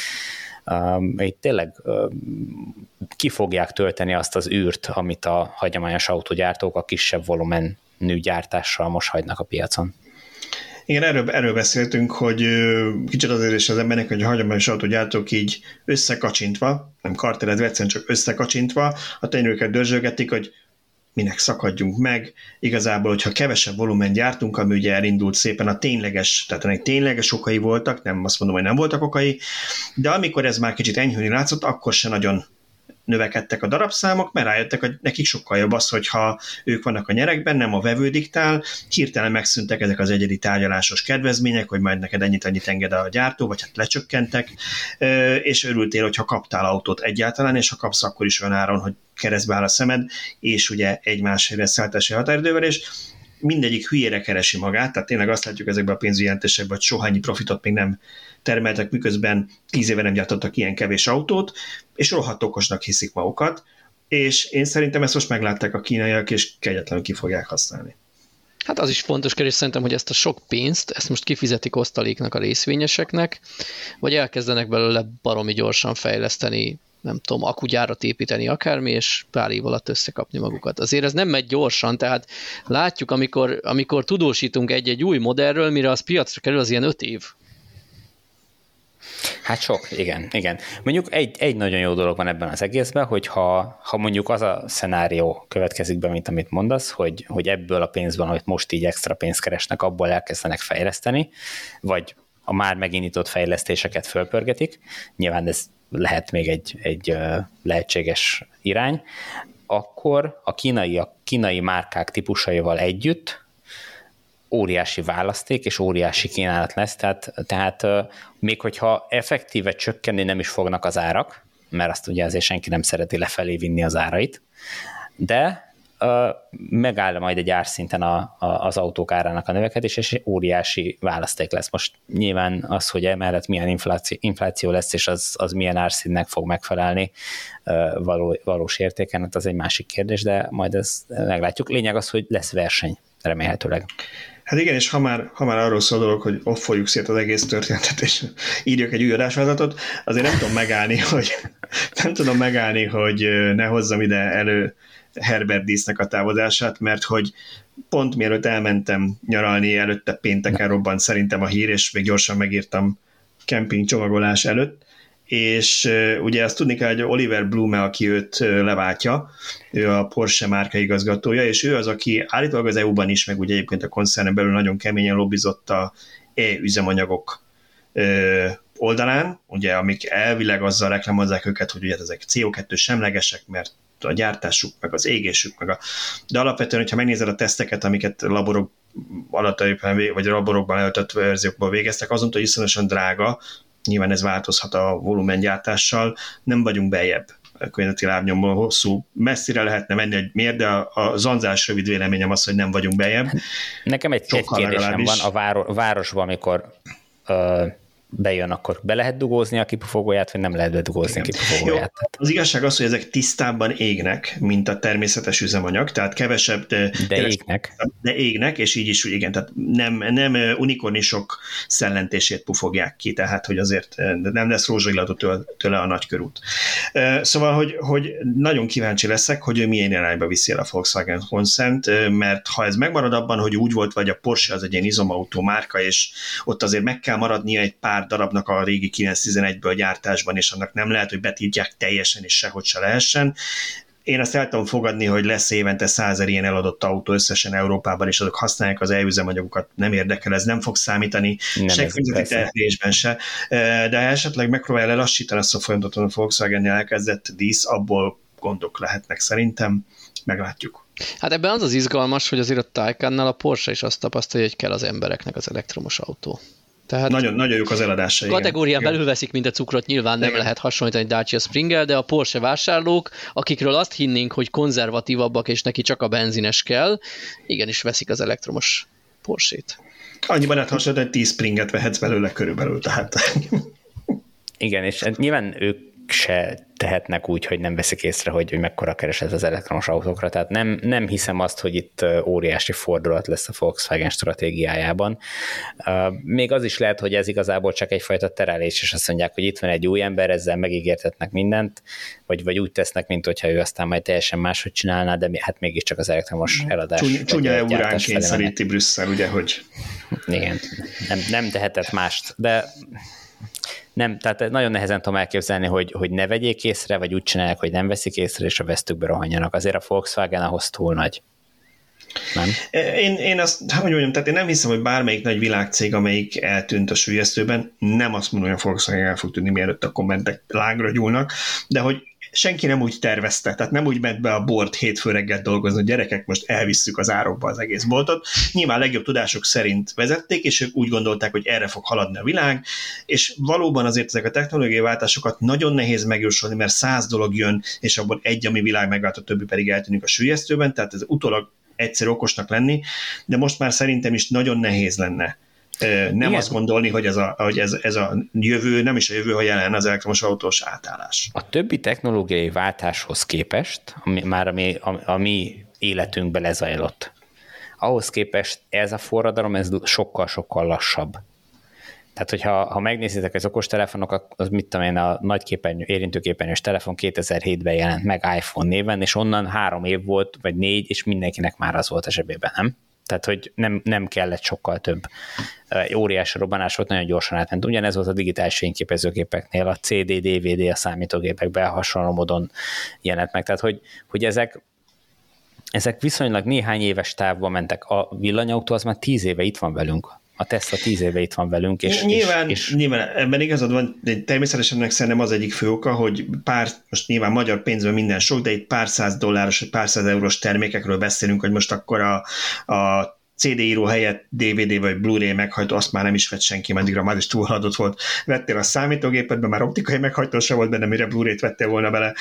Um, itt tényleg um, ki fogják tölteni azt az űrt, amit a hagyományos autógyártók a kisebb volumenű gyártással most hagynak a piacon. Igen, erről, erről beszéltünk, hogy kicsit azért is az embernek, hogy a hagyományos autógyártók így összekacsintva, nem kartelezve, egyszerűen csak összekacsintva, a tényőket dörzsölgetik, hogy minek szakadjunk meg. Igazából, hogyha kevesebb volumen gyártunk, ami ugye elindult szépen a tényleges, tehát ennek tényleges okai voltak, nem azt mondom, hogy nem voltak okai, de amikor ez már kicsit enyhülni látszott, akkor se nagyon növekedtek a darabszámok, mert rájöttek, hogy nekik sokkal jobb az, hogyha ők vannak a nyerekben, nem a vevő diktál, hirtelen megszűntek ezek az egyedi tárgyalásos kedvezmények, hogy majd neked ennyit-ennyit enged a gyártó, vagy hát lecsökkentek, és örültél, hogyha kaptál autót egyáltalán, és ha kapsz, akkor is olyan áron, hogy keresztbe áll a szemed, és ugye egy másfél szállítási határidővel, és mindegyik hülyére keresi magát, tehát tényleg azt látjuk ezekben a pénzügyi jelentésekben, hogy soha ennyi profitot még nem termeltek, miközben tíz éve nem gyártottak ilyen kevés autót, és rohadt okosnak hiszik magukat, és én szerintem ezt most meglátták a kínaiak, és kegyetlenül ki fogják használni. Hát az is fontos kérdés szerintem, hogy ezt a sok pénzt, ezt most kifizetik osztaléknak a részvényeseknek, vagy elkezdenek belőle baromi gyorsan fejleszteni, nem tudom, akugyárat építeni akármi, és pár év alatt összekapni magukat. Azért ez nem megy gyorsan, tehát látjuk, amikor, amikor tudósítunk egy-egy új modellről, mire az piacra kerül, az ilyen öt év. Hát sok, igen, igen. Mondjuk egy, egy nagyon jó dolog van ebben az egészben, hogy ha, ha mondjuk az a szenárió következik be, mint amit mondasz, hogy, hogy ebből a pénzben, amit most így extra pénzt keresnek, abból elkezdenek fejleszteni, vagy a már megindított fejlesztéseket fölpörgetik, nyilván ez lehet még egy, egy lehetséges irány, akkor a kínai, a kínai márkák típusaival együtt óriási választék és óriási kínálat lesz, tehát, tehát még hogyha effektíve csökkenni nem is fognak az árak, mert azt ugye azért senki nem szereti lefelé vinni az árait, de megáll majd egy árszinten a, a, az autók árának a növekedés, és óriási választék lesz. Most nyilván az, hogy emellett milyen infláció, infláció lesz, és az, az milyen árszínnek fog megfelelni való, valós értéken, hát az egy másik kérdés, de majd ezt meglátjuk. Lényeg az, hogy lesz verseny, remélhetőleg. Hát igen, és ha már, ha már arról szól a dolog, hogy offoljuk szét az egész történetet, és írjak egy új adásvázatot, azért nem tudom megállni, hogy nem tudom megállni, hogy ne hozzam ide elő Herbert Diessnek a távozását, mert hogy pont mielőtt elmentem nyaralni, előtte pénteken robbant szerintem a hír, és még gyorsan megírtam kemping csomagolás előtt, és uh, ugye azt tudni kell, hogy Oliver Blume, aki őt uh, leváltja, ő a Porsche márka igazgatója, és ő az, aki állítólag az é u-ban is, meg ugye egyébként a koncernen belül nagyon keményen lobbizott a e-üzemanyagok uh, oldalán, ugye, amik elvileg azzal reklámozzák őket, hogy ugye ezek cé o kettő semlegesek, mert a gyártásuk, meg az égésük, meg a... de alapvetően, hogyha megnézed a teszteket, amiket laborok alatt, vagy laborokban eltött verziókból végeztek, azon, hogy iszonyosan drága, nyilván ez változhat a volumengyártással, nem vagyunk bejebb a környezeti lábnyomból, hosszú, messzire lehetne menni, hogy miért, de a, a zanzás rövid véleményem az, hogy nem vagyunk bejebb. Nekem egy, egy kérdésem van, a váro, városban, amikor ö, bejön, akkor be lehet dugózni a kipufogóját, vagy nem lehet bedugózni a kipufogóját? Jó, az igazság az, hogy ezek tisztábban égnek, mint a természetes üzemanyag, tehát kevesebb... De, de égnek. De égnek, és így is, igen, tehát nem, nem unikornisok szellentését pufogják ki, tehát hogy azért nem lesz rózsaillatú tőle a nagykörút. Szóval, hogy, hogy nagyon kíváncsi leszek, hogy ő milyen irányba viszi el a Volkswagen koncernt, mert ha ez megmarad abban, hogy úgy volt, vagy a Porsche az egy ilyen izomautó márka, és ott azért meg kell maradnia egy pár darabnak a régi kilencszáztizenegyből gyártásban, és annak nem lehet, hogy betiltják teljesen, és sehogy se lehessen. én azt el tudom fogadni, hogy lesz évente százer ilyen eladott autó összesen Európában, és azok használják az e-üzemanyagokat, nem érdekel, ez nem fog számítani, nem se közötti terhelésben se, de esetleg megpróbálja lelassítani azt a folyamatot, a Volkswagen-nél elkezdett dísz, abból gondok lehetnek szerintem, meglátjuk. Hát ebben az az izgalmas, hogy azért a Taycannál a Porsche is azt tapasztalja, hogy kell az embereknek az elektromos autó. Tehát nagyon, nagyon jók az eladása. Kategórián igen. belül veszik, mint a cukrot, nyilván nem igen. lehet hasonlítani Dacia Springgel, de a Porsche vásárlók, akikről azt hinnénk, hogy konzervatívabbak, és neki csak a benzines kell, igenis veszik az elektromos Porsche-t. Annyiban lehet hasonlítani, hogy tíz Springet vehetsz belőle körülbelül, tehát. Igen, és nyilván ők se tehetnek úgy, hogy nem veszik észre, hogy, hogy mekkora kereslet az elektromos autókra. Tehát nem, nem hiszem azt, hogy itt óriási fordulat lesz a Volkswagen stratégiájában. Még az is lehet, hogy ez igazából csak egyfajta terelés, és azt mondják, hogy itt van egy új ember, ezzel megígértetnek mindent, vagy, vagy úgy tesznek, mint hogyha ő aztán majd teljesen máshogy csinálná, de hát mégiscsak az elektromos eladás. Csúnya, csúnya eurán kényszeríti Brüsszel, ugye, hogy... Igen, nem, nem tehetett mást, de... Nem, tehát nagyon nehezen tudom elképzelni, hogy, hogy ne vegyék észre, vagy úgy csinálják, hogy nem veszik észre, és a vesztükbe rohanjanak. Azért a Volkswagen ahhoz túl nagy. Nem? Én, én azt, hogy mondjam, tehát én nem hiszem, hogy bármelyik nagy világcég, amelyik eltűnt a sülyeztőben, nem azt mondom, hogy a Volkswagen el fog tudni, mielőtt a kommentek lágra gyúlnak, de hogy senki nem úgy tervezte, tehát nem úgy ment be a board hétfő reggel dolgozni, hogy gyerekek, most elvisszük az árokba az egész boltot. Nyilván legjobb tudások szerint vezették, és ők úgy gondolták, hogy erre fog haladni a világ, és valóban azért ezek a technológiai váltásokat nagyon nehéz megjósolni, mert száz dolog jön, és abból egy, ami világ megvált, a többi pedig eltűnik a sülyeztőben, tehát ez utólag egyszerű okosnak lenni, de most már szerintem is nagyon nehéz lenne nem igen. azt gondolni, hogy, ez a, hogy ez, ez a jövő, nem is a jövő, ha jelen az elektromos autós átállás. A többi technológiai váltáshoz képest, ami, már a mi, a, a mi életünkbe lezajlott, ahhoz képest ez a forradalom, ez sokkal-sokkal lassabb. Tehát, hogyha ha megnézitek az okostelefonok, az mit tudom én, a nagy képernyő, érintőképernyős telefon kétezer-hétben jelent meg iPhone néven, és onnan három év volt, vagy négy, és mindenkinek már az volt a zsebében, nem? Tehát, hogy nem, nem kellett sokkal több. Egy óriási robbanás volt, nagyon gyorsan átment. Ugyanez volt a digitális fényképezőgépeknél, a cé dé, dé vé dé a számítógépekben hasonló módon jelent meg. Tehát, hogy, hogy ezek, ezek viszonylag néhány éves távban mentek. A villanyautó az már tíz éve itt van velünk. A Tesla tíz éve itt van velünk. És, nyilván, és, és... nyilván ebben igazad van, de természetesen ennek szerintem az egyik fő oka, hogy pár, most nyilván magyar pénzben minden sok, de itt pár száz dolláros, vagy pár száz eurós termékekről beszélünk, hogy most akkor a, a cé dé író helyett dé vé dé vagy Blu-ray meghajtó, azt már nem is vett senki, addigra már is túlhaladott volt. Vettél a számítógépedben, már optikai meghajtó sem volt benne, mire Blu-ray-t vettél volna bele.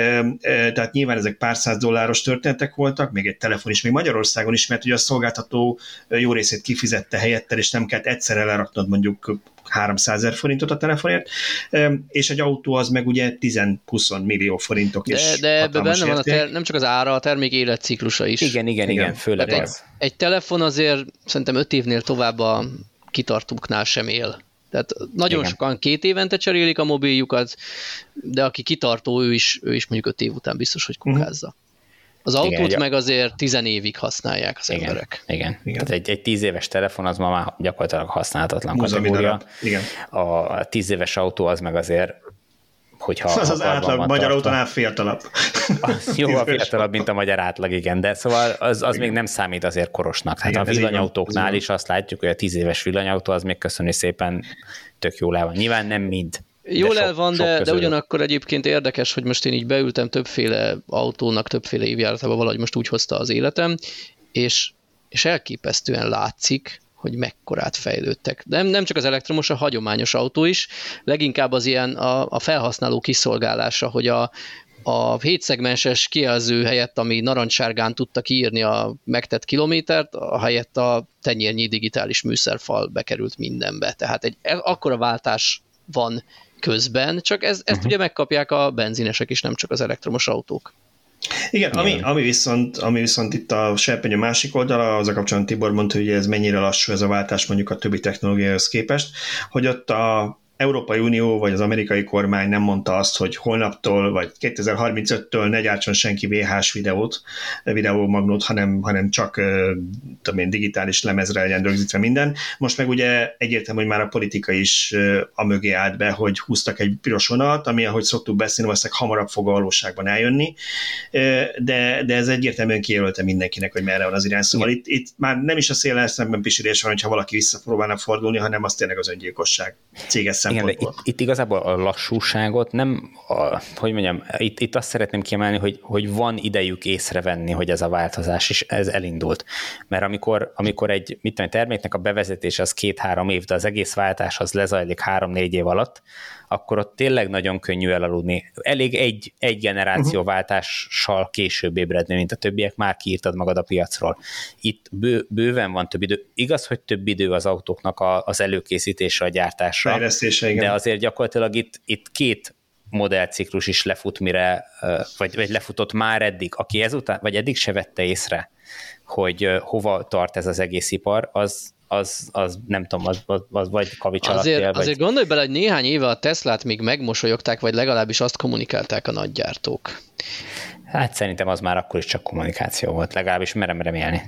Tehát nyilván ezek pár száz dolláros történetek voltak, még egy telefon is, még Magyarországon is, mert ugye a szolgáltató jó részét kifizette helyettel, és nem kellett egyszerre leraknod mondjuk háromszázezer forintot a telefonért, és egy autó az meg ugye tíz-húsz millió forintok is. De, de ebben benne van a ter- nem csak az ára, a termék életciklusa is. Igen, igen, igen, igen főleg egy, egy telefon azért szerintem öt évnél tovább a kitartóknál sem él. Tehát nagyon igen. sokan két évente cserélik a mobiljukat, de aki kitartó, ő is, ő is mondjuk öt év után biztos, hogy kukázza. Mm. Az autót igen, meg azért tizen évig használják az igen, emberek. Igen, igen. Tehát egy, egy tíz éves telefon az ma már gyakorlatilag használhatatlan kategória. Igen. A tíz éves autó az meg azért, hogyha... Az az átlag magyar autónál fiatalabb. Az jóval fiatalabb, mint a magyar átlag, igen, de szóval az, az még nem számít azért korosnak. Hát igen, a villanyautóknál is azt látjuk, hogy a tíz éves villanyautó az még köszönni szépen tök jól el van. Nyilván nem mind. Jól el van, de, de ugyanakkor egyébként érdekes, hogy most én így beültem többféle autónak, többféle évjáratába, valahogy most úgy hozta az életem, és, és elképesztően látszik, hogy mekkorát fejlődtek. De nem, nem csak az elektromos, a hagyományos autó is, leginkább az ilyen a, a felhasználó kiszolgálása, hogy a, a hétszegmenses kijelző helyett, ami narancssárgán tudta kiírni a megtett kilométert, a helyett a tenyérnyi digitális műszerfal bekerült mindenbe. Tehát egy akkora váltás van közben, csak ez, ezt uh-huh. ugye megkapják a benzinesek is, nem csak az elektromos autók. Igen, ami, ami, viszont, ami viszont itt a serpenyő másik oldala, az a kapcsolatban Tibor mondta, hogy ez mennyire lassú ez a váltás mondjuk a többi technológiához képest, hogy ott a Európai Unió vagy az amerikai kormány nem mondta azt, hogy holnaptól vagy kétezer-harmincöttől ne gyártson senki vé hás videót, videómagnót, hanem, hanem csak tudom én, digitális lemezre legyen rögzítve minden. Most meg ugye egyértelmű, hogy már a politika is amögé állt be, hogy húztak egy piros vonalat, ami, ahogy szoktuk beszélni, valószínűleg hamarabb fog a valóságban eljönni, de, de ez egyértelműen kijelölte mindenkinek, hogy merre van az irány. Szóval itt, itt már nem is a széllel szemben pisülés van, hogyha valaki visszapróbálna fordulni, hanem az tényleg az öngyilkosság céges szempontból. Igen, itt, itt igazából a lassúságot nem, a, hogy mondjam, itt, itt azt szeretném kiemelni, hogy, hogy van idejük észrevenni, hogy ez a változás is, ez elindult. Mert amikor, amikor egy mit tudom, terméknek a bevezetés az két-három év, de az egész váltás az lezajlik három-négy év alatt, akkor ott tényleg nagyon könnyű elaludni. Elég egy, egy generációváltással később ébredni, mint a többiek, már kiírtad magad a piacról. Itt bő, bőven van több idő. Igaz, hogy több idő az autóknak a, az előkészítésre, a gyártásra, fejlesztése, igen. De azért gyakorlatilag itt, itt két modellciklus is lefut, mire, vagy, vagy lefutott már eddig. Aki ezután, vagy eddig se vette észre, hogy hova tart ez az egész ipar, az Az, az nem tudom, az, az, az vagy kavics alatt azért, él, vagy... Azért gondolj bele, hogy néhány éve a Teslát még megmosolyogták, vagy legalábbis azt kommunikálták a nagygyártók. Hát szerintem az már akkor is csak kommunikáció volt, legalábbis merem remélni.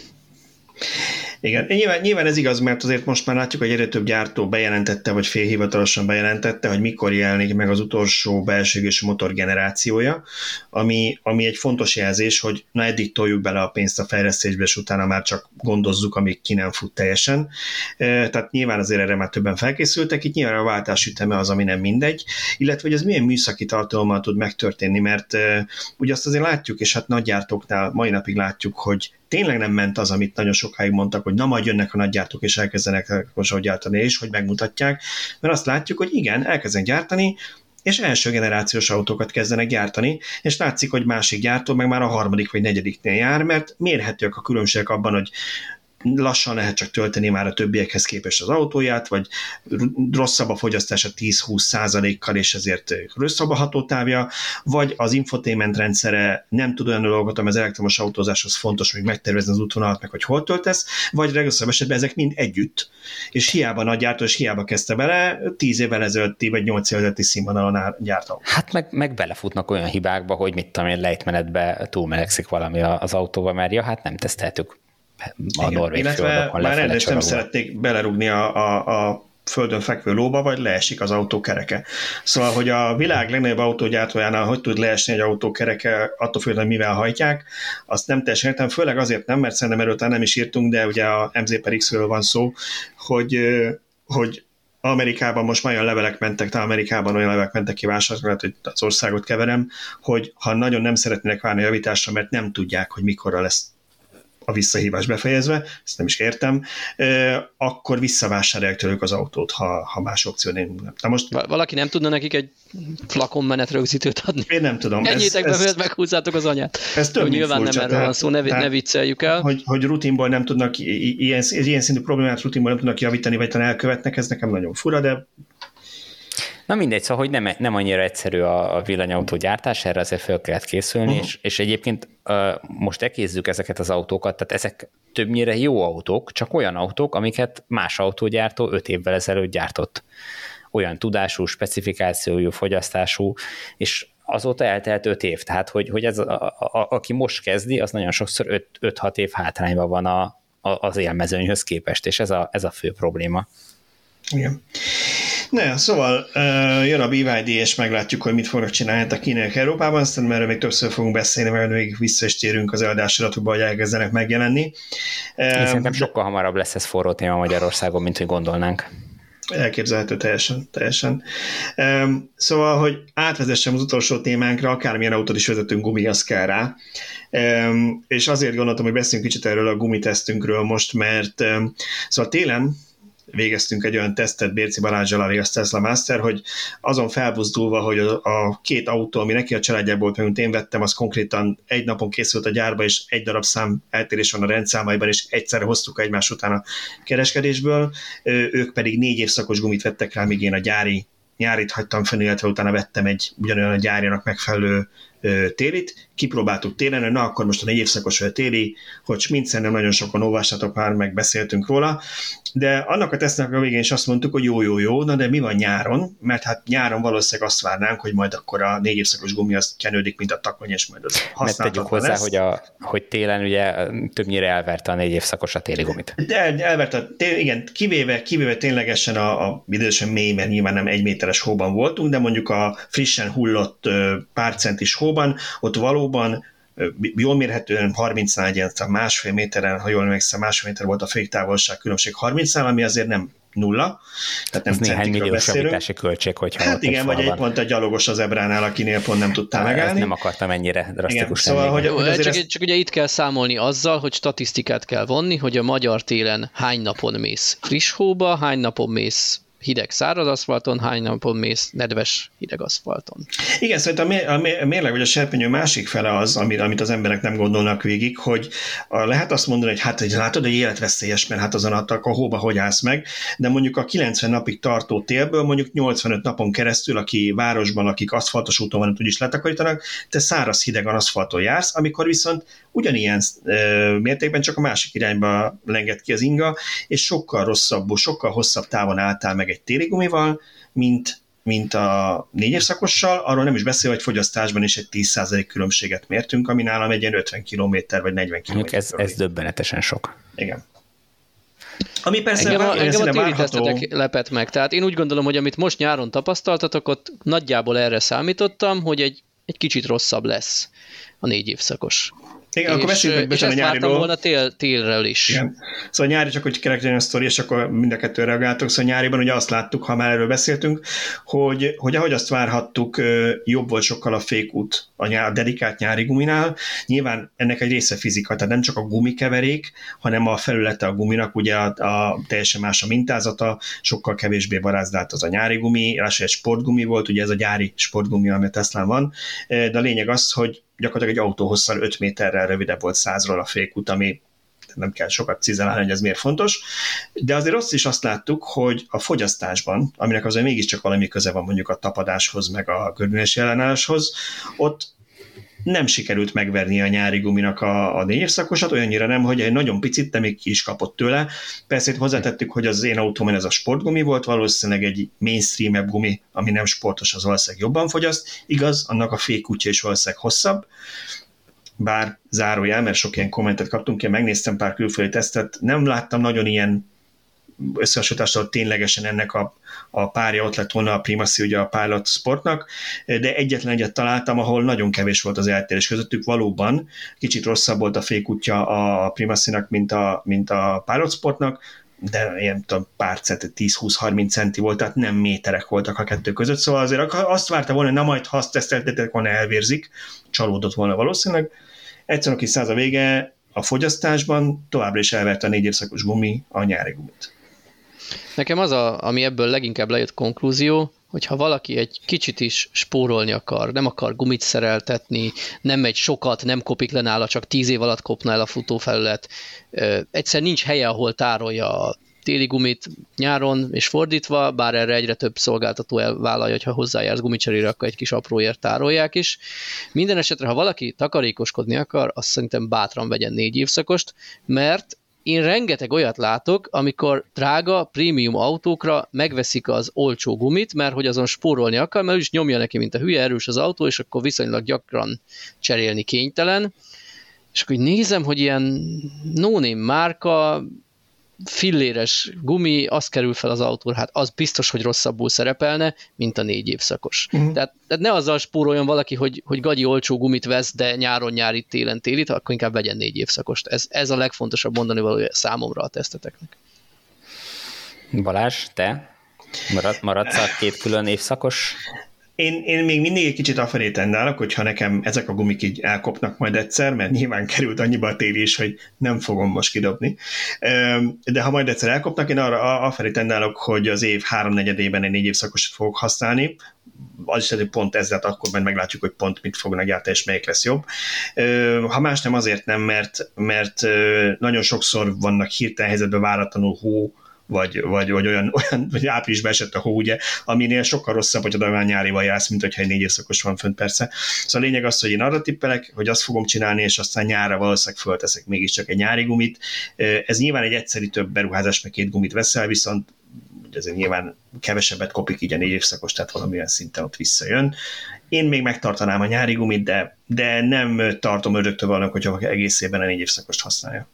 Igen, nyilván, nyilván ez igaz, mert azért most már látjuk, hogy egyre több gyártó bejelentette, vagy félhivatalosan bejelentette, hogy mikor jelenik meg az utolsó belső motor generációja, ami, ami egy fontos jelzés, hogy na eddig toljuk bele a pénzt a fejlesztésbe, és utána már csak gondozzuk, amíg ki nem fut teljesen. Tehát nyilván azért erre már többen felkészültek, itt nyilván a váltás üteme az, ami nem mindegy, illetve hogy ez milyen műszaki tartalommal tud megtörténni, mert ugye azt azért látjuk, és hát nagygyártóknál mai napig látjuk, hogy tényleg nem ment az, amit nagyon sokáig mondtak, hogy na majd jönnek a nagygyártók, és elkezdenek most gyártani, és hogy megmutatják, mert azt látjuk, hogy igen, elkezdenek gyártani, és első generációs autókat kezdenek gyártani, és látszik, hogy másik gyártó meg már a harmadik vagy negyediknél jár, mert mérhetőek a különbségek abban, hogy lassan lehet csak tölteni már a többiekhez képest az autóját, vagy rosszabb a fogyasztása tíz-húsz százalékkal, és ezért rosszabb a hatótávja, vagy az infotainment rendszere nem tud olyan dolgot, ami az elektromos autózáshoz fontos, még megtervezni az útvonalat, meg hogy hol töltesz, vagy legrosszabb esetben ezek mind együtt. És hiába nagy gyártó, és hiába kezdte bele, tíz évvel ezelőtti, vagy nyolc évvel ezelőtti színvonalon gyártó. Hát meg, meg belefutnak olyan hibákba, hogy mit tudom én, lejtmenetbe túlmelegszik valami az autóba, mert ja, hát nem teszteltük. A norvég illetve már rendes nem szeretnék belerúgni a, a, a földön fekvő lóba, vagy leesik az autó kereke. Szóval, hogy a világ legnagyobb autógyártójánál hogy tud leesni egy autó kereke, attól függően, mivel hajtják, azt nem teljesen értem, főleg azért nem, mert szerintem erről nem is írtunk, de ugye a em zé per iksz-ről van szó, hogy, hogy Amerikában most már olyan levelek mentek, tehát Amerikában olyan levelek mentek ki vásárlókra, hogy az országot keverem, hogy ha nagyon nem szeretnének várni a javításra, mert nem tudják, hogy mikorra lesz a visszahívás befejezve, ezt nem is értem, akkor visszavásárolják tőlük az autót, ha, ha más opció nem. Na most, valaki nem tudna nekik egy flakon menetrögzítőt adni? Én nem tudom. Ennyétek be, hogy meghúzzátok az anyát. Ez több, nyilván furcsa, nem erről van szó, ne, ne vicceljük el. Hogy, hogy rutinból nem tudnak, ilyen, ilyen szintű problémát rutinból nem tudnak javítani, vagy talán elkövetnek, ez nekem nagyon fura, de Na mindegy, szóval, hogy nem, nem annyira egyszerű a, a villanyautó gyártás, erre azért fel kellett készülni, uh-huh. és, és egyébként uh, most elkézzük ezeket az autókat, tehát ezek többnyire jó autók, csak olyan autók, amiket más autógyártó öt évvel ezelőtt gyártott. Olyan tudású, specifikációjú, fogyasztású, és azóta eltelt öt év, tehát hogy, hogy ez a, a, a, aki most kezdi, az nagyon sokszor öt-hat év hátrányban van a, a, az élmezőnyhöz képest, és ez a, ez a fő probléma. Igen. Ne, szóval uh, jön a bé vé dé, és meglátjuk, hogy mit fognak csinálni a kínaiak Európában, aztán erről még többször fogunk beszélni, mert még vissza is térünk az eladásodatokba, hogy elkezdenek megjelenni. Én uh, szerintem sokkal hamarabb lesz ez forró téma Magyarországon, mint hogy gondolnánk. Elképzelhető teljesen. teljesen. Um, szóval, hogy átvezessem az utolsó témánkra, akármilyen autót is vezetünk, gumi, az kell rá. Um, és azért gondoltam, hogy beszéljünk kicsit erről a gumitesztünkről most, mert um, szóval télen végeztünk egy olyan tesztet Bérci Balázsral, a Tesla Master, hogy azon felbuzdulva, hogy a, a két autó, ami neki a családjából, mint én vettem, az konkrétan egy napon készült a gyárba, és egy darab szám eltérés van a rendszámaiban, és egyszerre hoztuk egymás után a kereskedésből. Ők pedig négy évszakos gumit vettek rá, míg én a gyári nyárit hagytam fenn, illetve utána vettem egy ugyanolyan a gyárjának megfelelő télit, kipróbáltuk télen, hogy na akkor most a négy évszakos vagy a téli, hogy mind szerintem nagyon sokan olvassatok már, meg beszéltünk róla, de annak a tesztnek a végén is azt mondtuk, hogy jó, jó, jó, na de mi van nyáron, mert hát nyáron valószínűleg azt várnánk, hogy majd akkor a négy évszakos gumi az kenődik, mint a takony, és majd az használhatatlan hozzá, lesz. Hogy, a, hogy télen ugye többnyire elverte a négy évszakos a téli gumit. De elverte, tél, igen, kivéve, kivéve ténylegesen a, a idősen mély, mert nyilván nem egy méteres hóban voltunk, de mondjuk a frissen hullott pár centis hóban, ott valóban jól mérhetően harmincnál egy másfél méteren, ha jól emlékszem, másfél méter volt a féktávolság különbség harmincnál, ami azért nem nulla. Tehát nem ez néhány milliós javítási költség, hogyha hát igen, vagy egy pont a gyalogos az ebránál, akinél pont nem tudtál megállni. Nem akartam ennyire drasztikus. Szóval, hogy, hogy csak, ezt... csak ugye itt kell számolni azzal, hogy statisztikát kell vonni, hogy a magyar télen hány napon mész friss hóba, hány napon mész hideg száraz aszfalton, hány napon mész nedves hideg aszfalton. Igen, szóval a mérleg vagy a serpenyő másik fele az, amit az emberek nem gondolnak végig, hogy lehet azt mondani, hogy hát hogy látod, hogy életveszélyes, mert hát azon a hóba hogy állsz meg, de mondjuk a kilencven napig tartó télből mondjuk nyolcvanöt napon keresztül, aki városban, akik aszfaltos úton van, úgyis letakarítanak, te száraz hidegen aszfalton jársz, amikor viszont ugyanilyen ö, mértékben csak a másik irányba lenged ki az inga, és sokkal rosszabbul, sokkal hosszabb távon álltál meg egy téli gumival, mint, mint a négy évszakossal, arról nem is beszél, hogy fogyasztásban is egy tíz százalék különbséget mértünk, ami nálam egy ilyen ötven kilométer vagy negyven kilométer. Ez, ez döbbenetesen sok. Igen. Ami persze engem a, engem a téli tesztetek lepett meg. Tehát én úgy gondolom, hogy amit most nyáron tapasztaltatok, ott nagyjából erre számítottam, hogy egy, egy kicsit rosszabb lesz a négy évszakos. Igen, és, akkor beszéljünk meg és ezt vártam volna tél, télről is. Igen. Szóval nyári, csak hogy kerektegyen a sztori, és akkor mind a kettő reagáltok. Szóval nyáriban ugye azt láttuk, ha már erről beszéltünk, hogy, hogy ahogy azt várhattuk, jobb volt sokkal a fékút a, nyár, a dedikált nyári guminál. Nyilván ennek egy része fizika, tehát nem csak a gumikeverék, hanem a felülete a guminak, ugye a, a teljesen más a mintázata, sokkal kevésbé barázdált az a nyári gumi, ráadásul egy sportgumi volt, ugye ez a gyári sportgumi, ami a Teslán van, de a lényeg az, hogy gyakorlatilag egy autóhosszal öt méterrel rövidebb volt százról a fékút, ami nem kell sokat cizelálni, hogy ez miért fontos. De azért azt is azt láttuk, hogy a fogyasztásban, aminek azért mégiscsak valami köze van mondjuk a tapadáshoz, meg a gördülési ellenálláshoz, ott nem sikerült megverni a nyári guminak a, a négy évszakosat, olyannyira nem, hogy egy nagyon picit, de még ki is kapott tőle. Persze itt hozzátettük, hogy az én autómon ez a sportgumi volt, valószínűleg egy mainstream-ebb gumi, ami nem sportos, az valószínűleg jobban fogyaszt. Igaz, annak a fékútja is valószínűleg hosszabb, bár zárójel, mert sok ilyen kommentet kaptunk, én megnéztem pár külföldi tesztet, nem láttam nagyon ilyen összehasonlítástól ténylegesen ennek a, a párja ott lett volna a Primacy, ugye a Pilot Sportnak, de egyetlen egyet találtam, ahol nagyon kevés volt az eltérés közöttük, valóban kicsit rosszabb volt a fékútja a Primacy-nak, mint a, mint a Pilot Sportnak, de ilyen tudom, pár centi, tíz-húsz-harminc centi volt, tehát nem méterek voltak a kettő között, szóval azért azt várta volna, hogy na majd ha azt teszteltetek volna, elvérzik, csalódott volna valószínűleg. Egyszerűen a kis száz a vége, a fogyasztásban továbbra is elverte a négy évszakos gumi a nyári gumit. Nekem az, a, ami ebből leginkább lejött konklúzió, hogy ha valaki egy kicsit is spórolni akar, nem akar gumit szereltetni, nem megy sokat, nem kopik le nála, csak tíz év alatt kopna el a futófelület, egyszer nincs helye, ahol tárolja a téli gumit nyáron, és fordítva, bár erre egyre több szolgáltató elvállalja, hogy ha hozzájársz gumicserére, akkor egy kis apróért tárolják is. Minden esetre, ha valaki takarékoskodni akar, azt szerintem bátran vegyen négy évszakost, mert én rengeteg olyat látok, amikor drága, prémium autókra megveszik az olcsó gumit, mert hogy azon spórolni akar, mert úgyis nyomja neki, mint a hülye, erős az autó, és akkor viszonylag gyakran cserélni kénytelen. És akkor nézem, hogy ilyen no-name márka, filléres gumi, az kerül fel az autóra, hát az biztos, hogy rosszabbul szerepelne, mint a négy évszakos. Uh-huh. Tehát, tehát ne azzal spóroljon valaki, hogy, hogy gagyi olcsó gumit vesz, de nyáron nyári, télen télit, akkor inkább vegyen négy évszakost. Ez, ez a legfontosabb mondani valója számomra a teszteteknek. Balázs, te? Marad, maradsz a két külön évszakos? Én, én még mindig egy kicsit afelé tendálok, hogyha nekem ezek a gumik így elkopnak majd egyszer, mert nyilván került annyiba a téli is, hogy nem fogom most kidobni. De ha majd egyszer elkopnak, én arra afelé tendálok, hogy az év háromnegyedében egy négy évszakosat fogok használni. Az is, hogy pont ezzel akkor majd meglátjuk, hogy pont mit fognak gyártani, és melyik lesz jobb. Ha más nem, azért nem, mert, mert nagyon sokszor vannak hirtelen helyzetben váratlanul hó, vagy, vagy, vagy olyan, olyan vagy áprilisban esett a hó, ugye, aminél sokkal rosszabb, hogy oda már nyárival jársz, mint hogyha egy négy évszakos van fönt persze. Szóval a lényeg az, hogy én arra tippelek, hogy azt fogom csinálni, és aztán nyárra valószínűleg fölteszek mégiscsak egy nyári gumit. Ez nyilván egy egyszerű több beruházás, meg két gumit veszel, viszont ezért nyilván kevesebbet kopik így a négy évszakos, tehát valamilyen szinten ott visszajön. Én még megtartanám a nyári gumit, de, de nem tartom ördögtől vannak, hogyha egész évben a négy évszakost használja.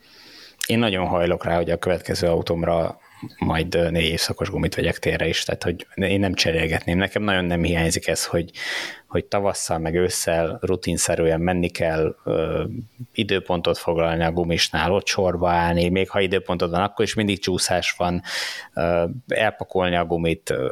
Én nagyon hajlok rá, hogy a következő autómra majd négy évszakos gumit vegyek térre is, tehát hogy én nem cserélgetném. Nekem nagyon nem hiányzik ez, hogy, hogy tavasszal meg ősszel rutinszerűen menni kell, ö, időpontot foglalni a gumisnál, ott sorba állni, még ha időpontod van, akkor is mindig csúszás van, ö, elpakolni a gumit, ö,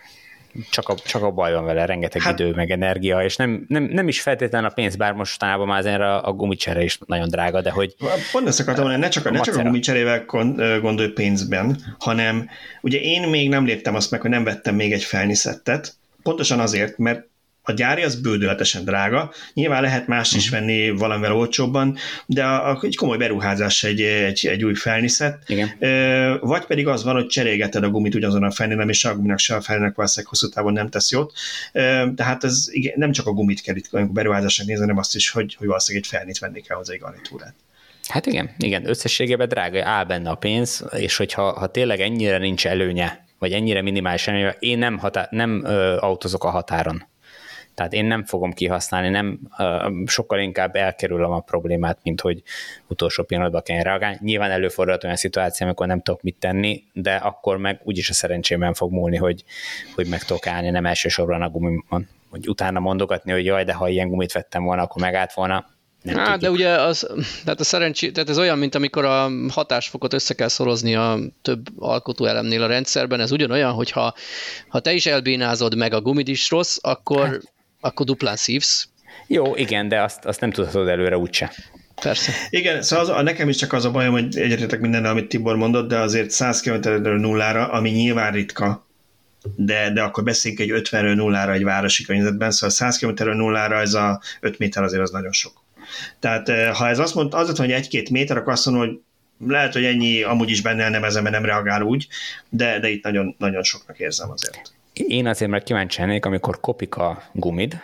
Csak a, csak a baj van vele, rengeteg hát, idő, meg energia, és nem, nem, nem is feltétlenül a pénz, bár mostanában már azért a, a gumicsere is nagyon drága, de hogy... Pont ezt akartam mondani, ne csak a, ne csak a gumicserével gondolj pénzben, hanem ugye én még nem léptem azt meg, hogy nem vettem még egy felniszettet, pontosan azért, mert a gyári az bődöletesen drága, nyilván lehet más is venni valamivel olcsóbban, de a, a, egy komoly beruházás egy, egy, egy új felniszett. Igen. Vagy pedig az van, hogy cserélgeted a gumit ugyanazon a felnél, nem is a guminak, se a felnének valószínűleg hosszú távon nem tesz jót. Tehát ez igen, nem csak a gumit kell itt a beruházásnak nézni, hanem azt is, hogy, hogy valószínűleg egy felnit venni kell hozzá egy garnitúrát. Hát igen, igen, összességében drága, áll benne a pénz, és hogyha ha tényleg ennyire nincs előnye, vagy ennyire minimális előnye, én nem, hatá- nem ö, autózok a határon. Tehát én nem fogom kihasználni, nem, uh, sokkal inkább elkerülöm a problémát, mint hogy utolsó pillanatban kell reagálni. Nyilván előfordulhat olyan szituáció, amikor nem tudok mit tenni, de akkor meg úgyis a szerencsében fog múlni, hogy, hogy meg tudok állni, nem elsősorban a gumimon. Hogy utána mondogatni, hogy jaj, de ha ilyen gumit vettem volna, akkor megállt volna. Nem Á, de ugye az, tehát a szerencsé, tehát ez olyan, mint amikor a hatásfokot össze kell szorozni a több alkotóelemnél a rendszerben, ez ugyanolyan, hogyha ha te is elbénázod meg a gumid is rossz, akkor hát. akkor duplán szívsz. Jó, igen, de azt, azt nem tudhatod előre úgyse. Persze. Igen, szóval az, nekem is csak az a bajom, hogy egyetértek mindennel, amit Tibor mondott, de azért száz kilométerről nullára, ami nyilván ritka, de, de akkor beszéljünk egy ötvenről nullára egy városi környezetben, szóval száz kilométerről nullára ez a öt méter azért az nagyon sok. Tehát ha ez azt mondta, azért, hogy egy-két méter, akkor azt mondom, hogy lehet, hogy ennyi amúgy is benne nem ezen, mert nem reagál úgy, de, de itt nagyon, nagyon soknak érzem azért. Én azért már kíváncsi lennék, amikor kopik a gumid,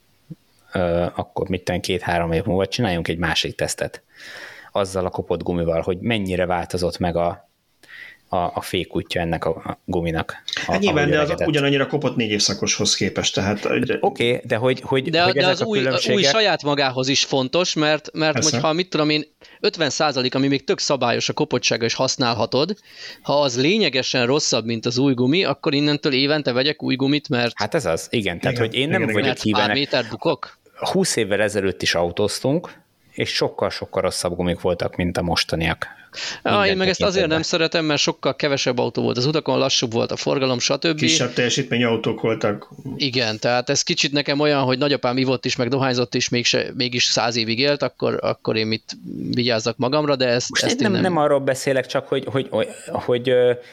akkor mitten két-három év múlva csináljunk egy másik tesztet azzal a kopott gumival, hogy mennyire változott meg a, a, a fékútja ennek a guminak. Hát nyilván, de az ugyanannyira kopott négy évszakoshoz képest. Tehát... Oké, okay, de hogy, hogy, de, hogy de ezek az a új, különbségek... új saját magához is fontos, mert, mert hogyha, mit tudom én, ötven százalék, ami még tök szabályos a kopottsága, és használhatod, ha az lényegesen rosszabb, mint az új gumi, akkor innentől évente vegyek új gumit, mert... Hát ez az, igen. Tehát, igen, hogy én nem igen, vagyok hívenek. Pár méter bukok. húsz évvel ezelőtt is autóztunk, és sokkal-sokkal rosszabb gumik voltak, mint a mostaniak. Ja, én meg ezt azért nem szeretem, mert sokkal kevesebb autó volt az utakon, lassúbb volt a forgalom, stb. Kisebb teljesítményű autók voltak. Igen, tehát ez kicsit nekem olyan, hogy nagyapám ivott is, meg dohányzott is, mégse, mégis száz évig élt, akkor, akkor én mit vigyázzak magamra, de ezt, Most ezt én nem, nem... nem arról beszélek, csak hogy, hogy, hogy, hogy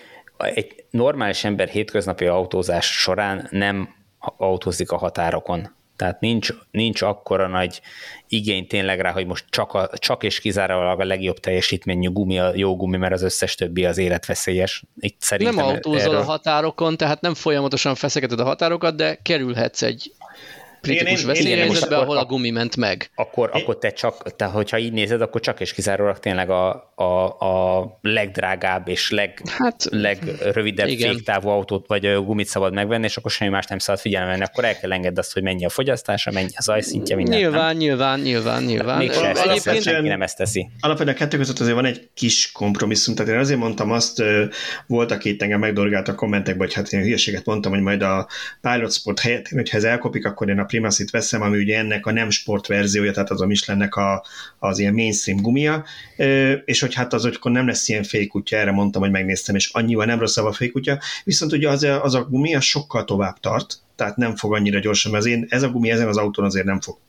egy normális ember hétköznapi autózás során nem autózik a határokon. Tehát nincs, nincs akkora nagy igény tényleg rá, hogy most csak, a, csak és kizárólag a legjobb teljesítményű gumi, a jó gumi, mert az összes többi az életveszélyes. Itt szerintem nem autózol erről... a határokon, tehát nem folyamatosan feszegeted a határokat, de kerülhetsz egy kritikus veszélyhelyzetbe, ahol a gumi ment meg. Akkor, akkor te csak, te, hogyha így nézed, akkor csak és kizárólag tényleg a, a, a legdrágább és leg, hát, legrövidebb igen. féktávú autót vagy gumit szabad megvenni, és akkor semmi más nem szabad figyelme venni, akkor el kell engedni azt, hogy mennyi a fogyasztása, mennyi a zajszintje, minden. Nyilván, nem? nyilván, nyilván, nyilván. Még se ezt teszi, senki nem ezt teszi. Alapvetően a kettő között azért van egy kis kompromisszum, tehát én azért mondtam azt, volt, aki itt engem megdorgált a kommentekben, hogy hát én hülyeséget mondtam, hogy majd a Pilot Sport helyett, hogyha ez elkopik, akkor én a Primasit veszem, ami ugye ennek a nem sport verziója, tehát az a Michelinnek a, az ilyen mainstream gumia, és hogy hát az, hogy nem lesz ilyen fékútja, erre mondtam, hogy megnéztem, és annyival nem rosszabb a fékútja, viszont ugye az a, az a gumia sokkal tovább tart, tehát nem fog annyira gyorsan, mert az én, ez a gumi ezen az autón azért nem fog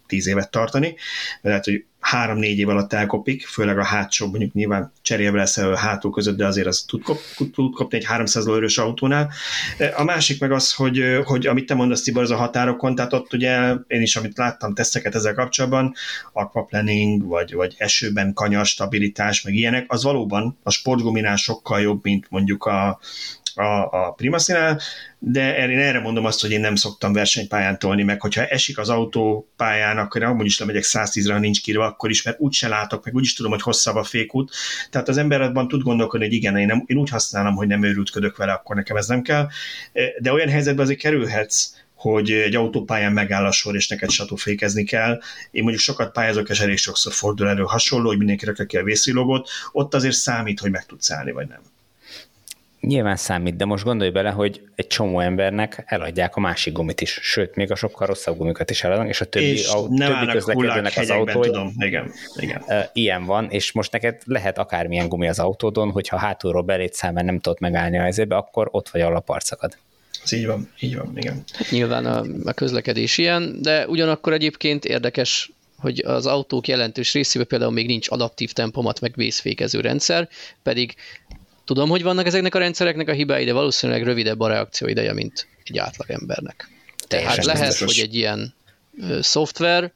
tíz évet tartani, lehet, hogy három-négy év alatt elkopik, főleg a hátsó, mondjuk nyilván cserélve lesz a hátul között, de azért az tud, kop, tud kopni egy háromszáz lóerős autónál. A másik meg az, hogy, hogy amit te mondasz, Tibor, az a határokon, tehát ott ugye én is, amit láttam teszteket ezzel kapcsolatban, aquaplaning, vagy, vagy esőben kanyar, stabilitás, meg ilyenek, az valóban a sportguminál sokkal jobb, mint mondjuk a a, a Primasinál, de én erre mondom azt, hogy én nem szoktam versenypályán tolni, meg hogyha esik az autópályán, akkor amúgy is lemegyek száztízre, ha nincs kirva, akkor is, mert úgyse látok, meg úgyis tudom, hogy hosszabb a fékút. Tehát az ember abban tud gondolkodni, hogy igen, én, nem, én úgy használom, hogy nem őrültködök vele, akkor nekem ez nem kell. De olyan helyzetben azért kerülhetsz, hogy egy autópályán megáll a sor, és neked satúfékezni kell. Én mondjuk sokat pályázok, és elég sokszor fordul elő hasonló, hogy mindenki rakja ki a vészilógót. Ott azért számít, hogy meg tudsz állni, vagy nem. Nyilván számít, de most gondolj bele, hogy egy csomó embernek eladják a másik gumit is, sőt, még a sokkal rosszabb gumikat is eladnak, és a többi, és a, többi közlekedőnek az autója. Tudom. Igen, igen. Ilyen van, és most neked lehet akármilyen gumi az autódon, hogyha hátulról beléd szállva nem tudod megállni a helyzetbe, akkor ott vagy, ahol a parcakad. Ez így van, így van, igen. Hát nyilván a, a közlekedés ilyen, de ugyanakkor egyébként érdekes, hogy az autók jelentős részében például még nincs adaptív tempomat, meg vészfékező rendszer, pedig tudom, hogy vannak ezeknek a rendszereknek a hibái, de valószínűleg rövidebb a reakcióideje, mint egy átlagembernek. Tehát lehet, biztos, hogy egy ilyen ö, szoftver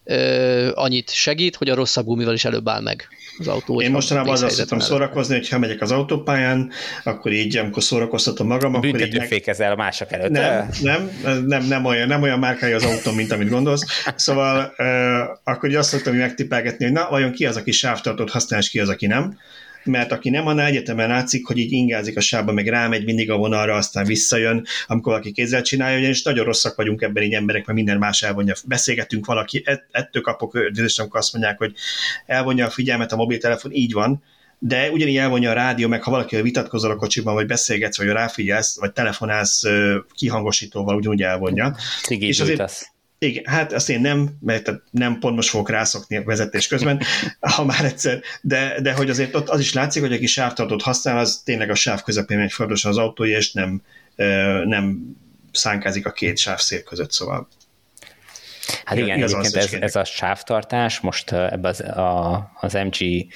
ö, annyit segít, hogy a rosszabb gumival is előbb áll meg az autó. Én mostanában azzal szoktam szórakozni, hogy ha megyek az autópályán, akkor így, amikor szórakoztatom magam, akkor így... Büntetőfékezel a mások előtt. Nem, nem, nem, nem, olyan, nem olyan márkája az autó, mint amit gondolsz. Szóval uh, akkor így azt szoktam megtippelgetni, hogy na, vajon ki az, aki sávtartót használ, és ki az, aki nem. Mert aki nem, annál egyetemen látszik, hogy így ingázik a sávba, meg rámegy mindig a vonalra, aztán visszajön, amikor valaki kézzel csinálja, ugyanis nagyon rosszak vagyunk ebben így emberek, mert minden más elvonja. Beszélgetünk valaki, ettől kapok ördözést, amikor azt mondják, hogy elvonja a figyelmet a mobiltelefon, így van, de ugyanígy elvonja a rádió, meg ha valakivel vitatkozol a kocsiban, vagy beszélgetsz, vagy ráfigyelsz, vagy telefonálsz kihangosítóval, ugyanúgy elvonja. Cigit és azért igen, hát azt én nem, mert nem pont most fogok rászokni a vezetés közben, ha már egyszer, de, de hogy azért ott az is látszik, hogy aki sávtartót használ, az tényleg a sáv közepén megy folyamatosan az autója, és nem, nem szánkázik a két sávszél között, szóval. Hát igen, igen egyébként ez, ez a sávtartás, most ebben az, a, az em gé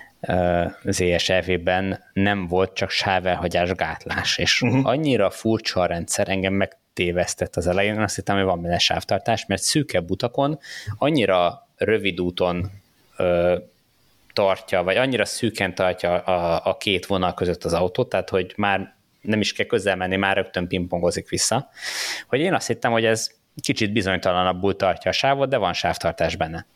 zé es er vé-ben nem volt csak sávelhagyás gátlás, és uh-huh. annyira furcsa a rendszer, engem meg tévesztett az elején, azt hittem, hogy van benne sávtartás, mert szűkebb utakon annyira rövid úton ö, tartja, vagy annyira szűken tartja a, a két vonal között az autót, tehát hogy már nem is kell közel menni, már rögtön pingpongozik vissza, hogy én azt hittem, hogy ez kicsit bizonytalanabbul tartja a sávot, de van sávtartás benne.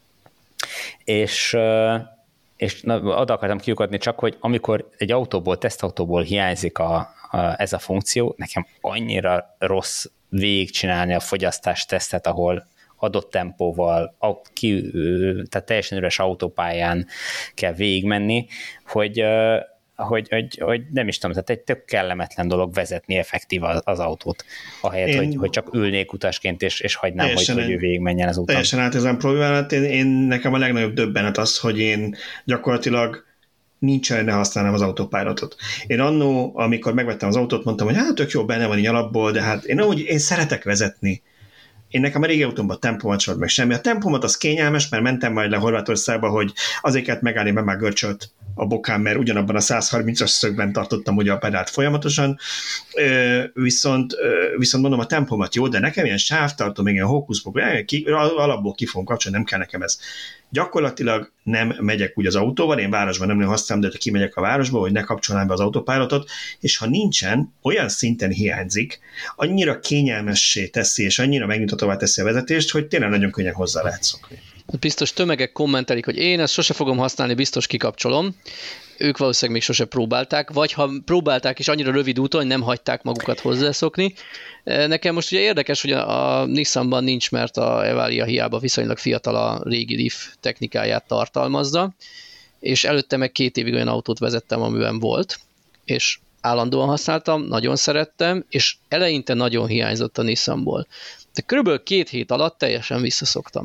És, és na, oda akartam kiukadni csak, hogy amikor egy autóból, tesztautóból hiányzik a ez a funkció, nekem annyira rossz végigcsinálni a fogyasztás tesztet, ahol adott tempóval, ki, tehát teljesen üres autópályán kell végigmenni, hogy, hogy, hogy, hogy nem is tudom, tehát egy tök kellemetlen dolog vezetni effektív az, az autót, ahelyett, én, hogy, hogy csak ülnék utasként, és, és hagynám, hogy, hogy ő végigmenjen az úton. Teljesen átezem problémát. Én, én nekem a legnagyobb döbbenet az, hogy én gyakorlatilag nincsen, ne használnám az autópályázatot. Én annó, amikor megvettem az autót, mondtam, hogy hát tök jó, benne van így alapból, de hát én úgy, én szeretek vezetni. Én nekem a régi autómban tempomat sort meg semmi. A tempomat az kényelmes, mert mentem majd le Horvátországba, hogy azért kellett megállni, mert már görcsölt a bokám, mert ugyanabban a száz harmincas szögben tartottam ugye a pedált folyamatosan. Viszont, viszont mondom, a tempomat jó, de nekem ilyen sávtartó, még ilyen hókuszpok, ki, alapból ki fogom kapcsolni, nem kell nekem ez. Gyakorlatilag nem megyek úgy az autóval, én városban nem használom, de kimegyek a városba, hogy ne kapcsolnám be az autópályázatot, és ha nincsen, olyan szinten hiányzik, annyira kényelmessé teszi, és annyira megnyugtatóvá teszi a vezetést, hogy tényleg nagyon könnyen hozzá lehet szokni. Biztos tömegek kommentelik, hogy én ezt sose fogom használni, biztos kikapcsolom. Ők valószínűleg még sose próbálták, vagy ha próbálták is annyira rövid úton, hogy nem hagyták magukat hozzászokni. Nekem most ugye érdekes, hogy a, a Nissanban nincs, mert a Evalia hiába viszonylag fiatal a régi Leaf technikáját tartalmazza, és előtte meg két évig olyan autót vezettem, amiben volt, és állandóan használtam, nagyon szerettem, és eleinte nagyon hiányzott a Nissanból. De körülbelül két hét alatt teljesen visszaszoktam.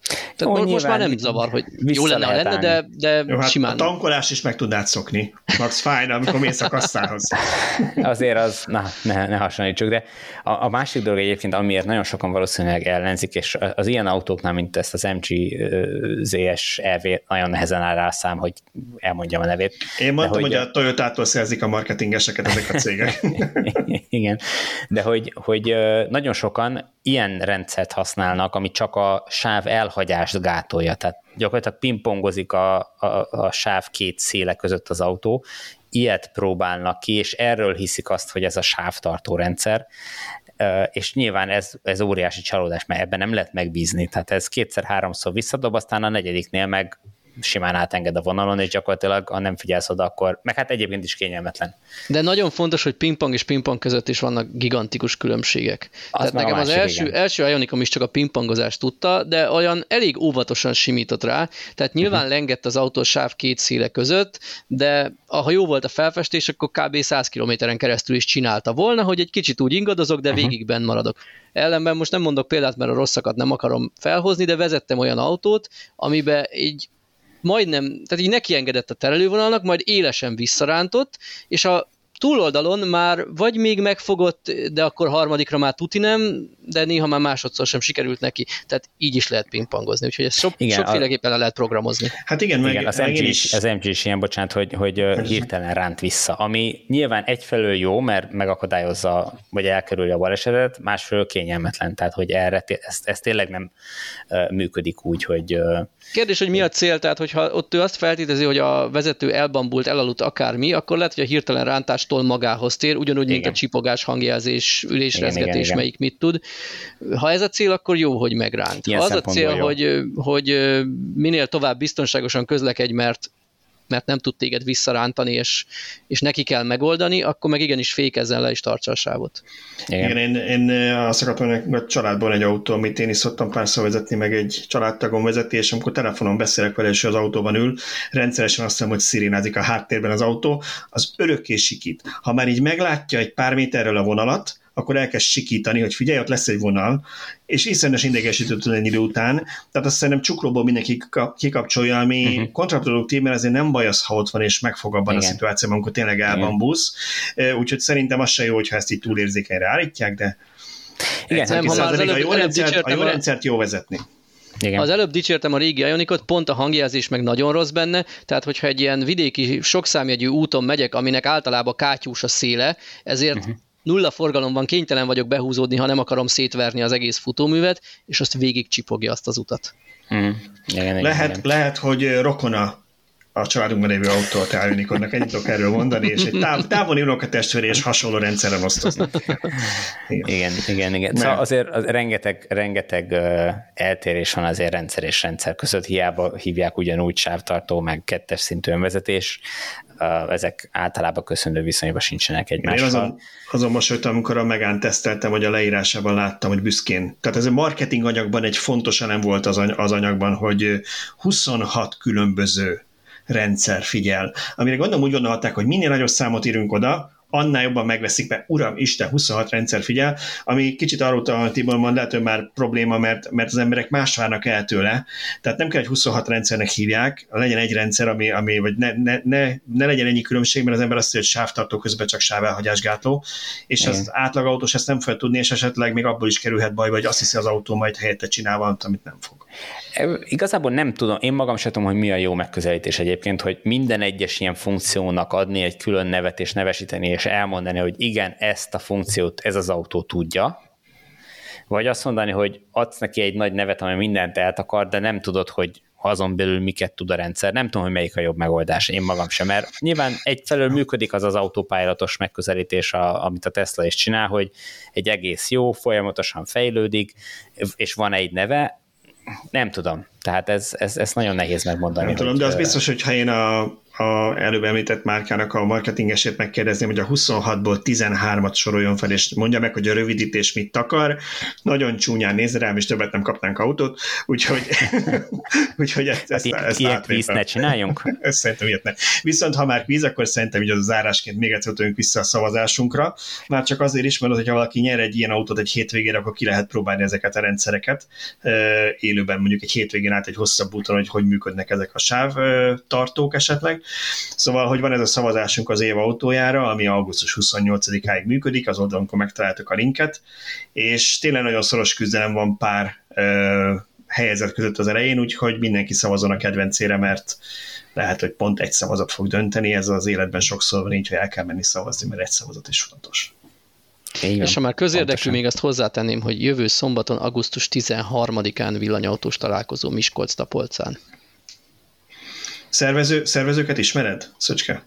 Tehát Ó, most már nem zavar, hogy jó lenne, lenne, de, de jó, hát simán. A tankolás is meg tudnád szokni. Max fájna, amikor mész a kasszához. Azért az, na, ne, ne hasonlítsuk, de a, a másik dolog egyébként, amiért nagyon sokan valószínűleg ellenzik, és az ilyen autóknál, mint ezt az em gé zé es é vé, nagyon nehezen áll rá a szám, hogy elmondjam a nevét. Én mondtam, hogy, hogy a Toyotától szerzik a marketingeseket ezek a cégek. Igen, de hogy, hogy nagyon sokan ilyen rendszert használnak, ami csak a sáv elhagyást gátolja, tehát gyakorlatilag pingpongozik a, a, a sáv két széle között az autó, ilyet próbálnak ki, és erről hiszik azt, hogy ez a sávtartó rendszer, és nyilván ez, ez óriási csalódás, mert ebben nem lehet megbízni, tehát ez kétszer-háromszor visszadob, aztán a negyediknél meg simán átenged a vonalon, és gyakorlatilag, ha nem figyelsz oda, akkor, meg hát egyébként is kényelmetlen. De nagyon fontos, hogy pingpong és pingpong között is vannak gigantikus különbségek. Az Tehát nekem az első, első Ioniqom is csak a pingpongozást tudta, de olyan elég óvatosan simított rá, tehát nyilván uh-huh. lengett az autó sáv két széle között, de ha jó volt a felfestés, akkor kb. száz kilométeren keresztül is csinálta volna, hogy egy kicsit úgy ingadozok, de uh-huh. végig benn maradok. Ellenben most nem mondok példát, mert a rosszakat nem akarom felhozni, de vezettem olyan autót, amiben így majdnem, tehát így nekiengedett a terelővonalnak, majd élesen visszarántott, és a túloldalon már vagy még megfogott, de akkor harmadikra már tuti nem, de néha már másodszor sem sikerült neki. Tehát így is lehet pingpongozni, úgyhogy ezt so, igen, sokféleképpen a... lehet programozni. Hát igen, meg, igen az, em gé is, az em gé is ilyen, bocsánat, hogy, hogy hirtelen ránt vissza, ami nyilván egyfelől jó, mert megakadályozza, vagy elkerülje a balesetet, másfelől kényelmetlen, tehát hogy erre ez, ez tényleg nem uh, működik úgy, hogy... Uh, Kérdés, hogy mi a cél, tehát hogyha ott ő azt feltétezi, hogy a vezető elbambult, elaludt akármi, akkor lehet, hogy a hirtelen rántástól magához tér, ugyanúgy, igen. mint a csipogás, hangjelzés, ülésrezgetés, melyik mit tud. Ha ez a cél, akkor jó, hogy megránt. Ilyen ha az a cél, hogy, hogy minél tovább biztonságosan közlekedj, mert mert nem tud téged visszarántani, és, és neki kell megoldani, akkor meg igenis fékezzen le és tartsa a sávot. Igen, Igen én, én azt akartam, hogy a családban egy autó, amit én is szoktam párszor vezetni, meg egy családtagom vezeti, és amikor telefonon beszélek vele, és az autóban ül, rendszeresen azt mondom, hogy szirénázik a háttérben az autó, az örökké sikít. Ha már így meglátja egy pár méterről a vonalat, akkor elkezd sikítani, hogy figyelj, ott lesz egy vonal, és iszonyos idegesítő tud egy idő után, tehát azt szerintem csuklóból mindenki kikapcsolja, ami uh-huh. kontraproduktív, mert azért nem baj az, ha ott van, és megfog abban Igen. a szituációban, amikor tényleg elbambulsz. Úgyhogy szerintem az se jó, hogyha ezt így túlérzékenyre állítják, de Igen, nem, ha már az a jó, rendszert, a jó rendszert jó vezetni. Igen. Az előbb dicsértem a régi Ioniqot, pont a hangjelzés meg nagyon rossz benne, tehát hogyha egy ilyen vidéki sokszámjegyű úton megyek, aminek általában kátyús a széle, ezért uh-huh. nulla forgalomban kénytelen vagyok behúzódni, ha nem akarom szétverni az egész futóművet, és azt végig csipogja azt az utat. Mm. Igen, lehet, igen. lehet, hogy rokona a családunkban lévő autó a Ioniqonnak, ennyit tudok erről mondani, és egy táv, távoli unokatestvére és hasonló rendszerren osztoznak. Igen, igen, igen. igen. Szóval azért az rengeteg, rengeteg uh, eltérés van azért rendszer és rendszer között, hiába hívják ugyanúgy sávtartó, meg kettes szintű önvezetés, uh, ezek általában köszönő viszonyban sincsenek egymással. Én azon, azon mosolytam, amikor a Megán teszteltem, hogy a leírásában láttam, hogy büszkén. Tehát ez a marketing anyagban egy fontos elem volt az, any- az anyagban, hogy huszonhat különböző rendszer figyel. Amire gondolom úgy gondolhatták, hogy minél nagyobb számot írunk oda, annál jobban megveszik, mert uram, Isten, huszonhat rendszer figyel, ami kicsit arról, hogy Tibor mond, lehet, hogy már probléma, mert, mert az emberek más várnak el tőle. Tehát nem kell, hogy huszonhat rendszernek hívják, legyen egy rendszer, ami, ami vagy ne, ne, ne, ne legyen ennyi különbség, mert az ember azt mondja, hogy sávtartó közben csak sávelhagyásgátló, és Igen. az átlag ezt nem fel tudni, és esetleg még abból is kerülhet bajba, hogy azt hiszi az autó majd helyette csinál valamit, amit nem fog. Igazából nem tudom, én magam sem tudom, hogy mi a jó megközelítés egyébként, hogy minden egyes ilyen funkciónak adni egy külön nevet és nevesíteni, és elmondani, hogy igen, ezt a funkciót ez az autó tudja, vagy azt mondani, hogy adsz neki egy nagy nevet, ami mindent eltakar, de nem tudod, hogy azon belül miket tud a rendszer. Nem tudom, hogy melyik a jobb megoldás, én magam sem, mert nyilván egyfelől működik az az autopilotos megközelítés, a, amit a Tesla is csinál, hogy egy egész jó, folyamatosan fejlődik, és van egy neve, nem tudom. Tehát ez, ez, ez nagyon nehéz megmondani. Nem tudom, hogy, de az biztos, hogy ha én a, a előbb említett márkának a marketingesét megkérdezném, hogy a huszonhatból tizenhármat soroljon fel, és mondja meg, hogy a rövidítés mit akar, nagyon csúnyán néz rám, és többet nem kapnánk autót, úgyhogy, úgyhogy ezt, ezt, ezt ilyet kvízt ne csináljunk? Ezt szerintem ilyet ne. Viszont ha már kvíz, akkor szerintem így az zárásként még egyszer tőlünk vissza a szavazásunkra, már csak azért is, mert hogyha valaki nyer egy ilyen autót egy hétvégére, akkor ki lehet próbálni ezeket a rendszereket élőben, mondjuk egy hétvégén át egy hosszabb úton, hogy hogy működnek ezek a sávtartók esetleg. Szóval, hogy van ez a szavazásunk az év autójára, ami augusztus huszonnyolcadikáig működik, az oldalunkon megtaláltuk a linket, és tényleg nagyon szoros küzdelem van pár ö, helyezet között az elején, úgyhogy mindenki szavazon a kedvencére, mert lehet, hogy pont egy szavazat fog dönteni, ez az életben sokszor van így, hogy el kell menni szavazni, mert egy szavazat is fontos. Igen, és ha már közérdekű, pontosan. Még azt hozzátenném, hogy jövő szombaton, augusztus tizenharmadikán villanyautós találkozó Miskolc-Tapolcán. Szervező, szervezőket ismered, Szöcske?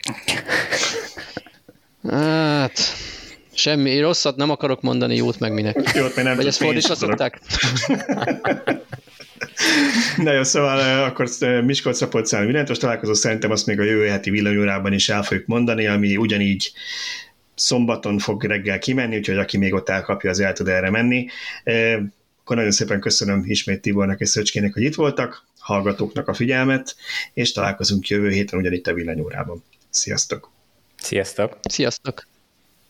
Hát, semmi rosszat nem akarok mondani, jót meg minek. Jót meg nem. Vagy ezt fordítva szokták? Na jó, szóval akkor Miskolc-Tapolcán villanyautós találkozó, szerintem azt még a jövő heti villanyórában is el fogjuk mondani, ami ugyanígy szombaton fog reggel kimenni, úgyhogy aki még ott elkapja, az el tud erre menni. Akkor nagyon szépen köszönöm ismét Tibornak és Szöcskének, hogy itt voltak, hallgatóknak a figyelmet, és találkozunk jövő héten ugyanitt a villanyórában. Sziasztok! Sziasztok! Sziasztok!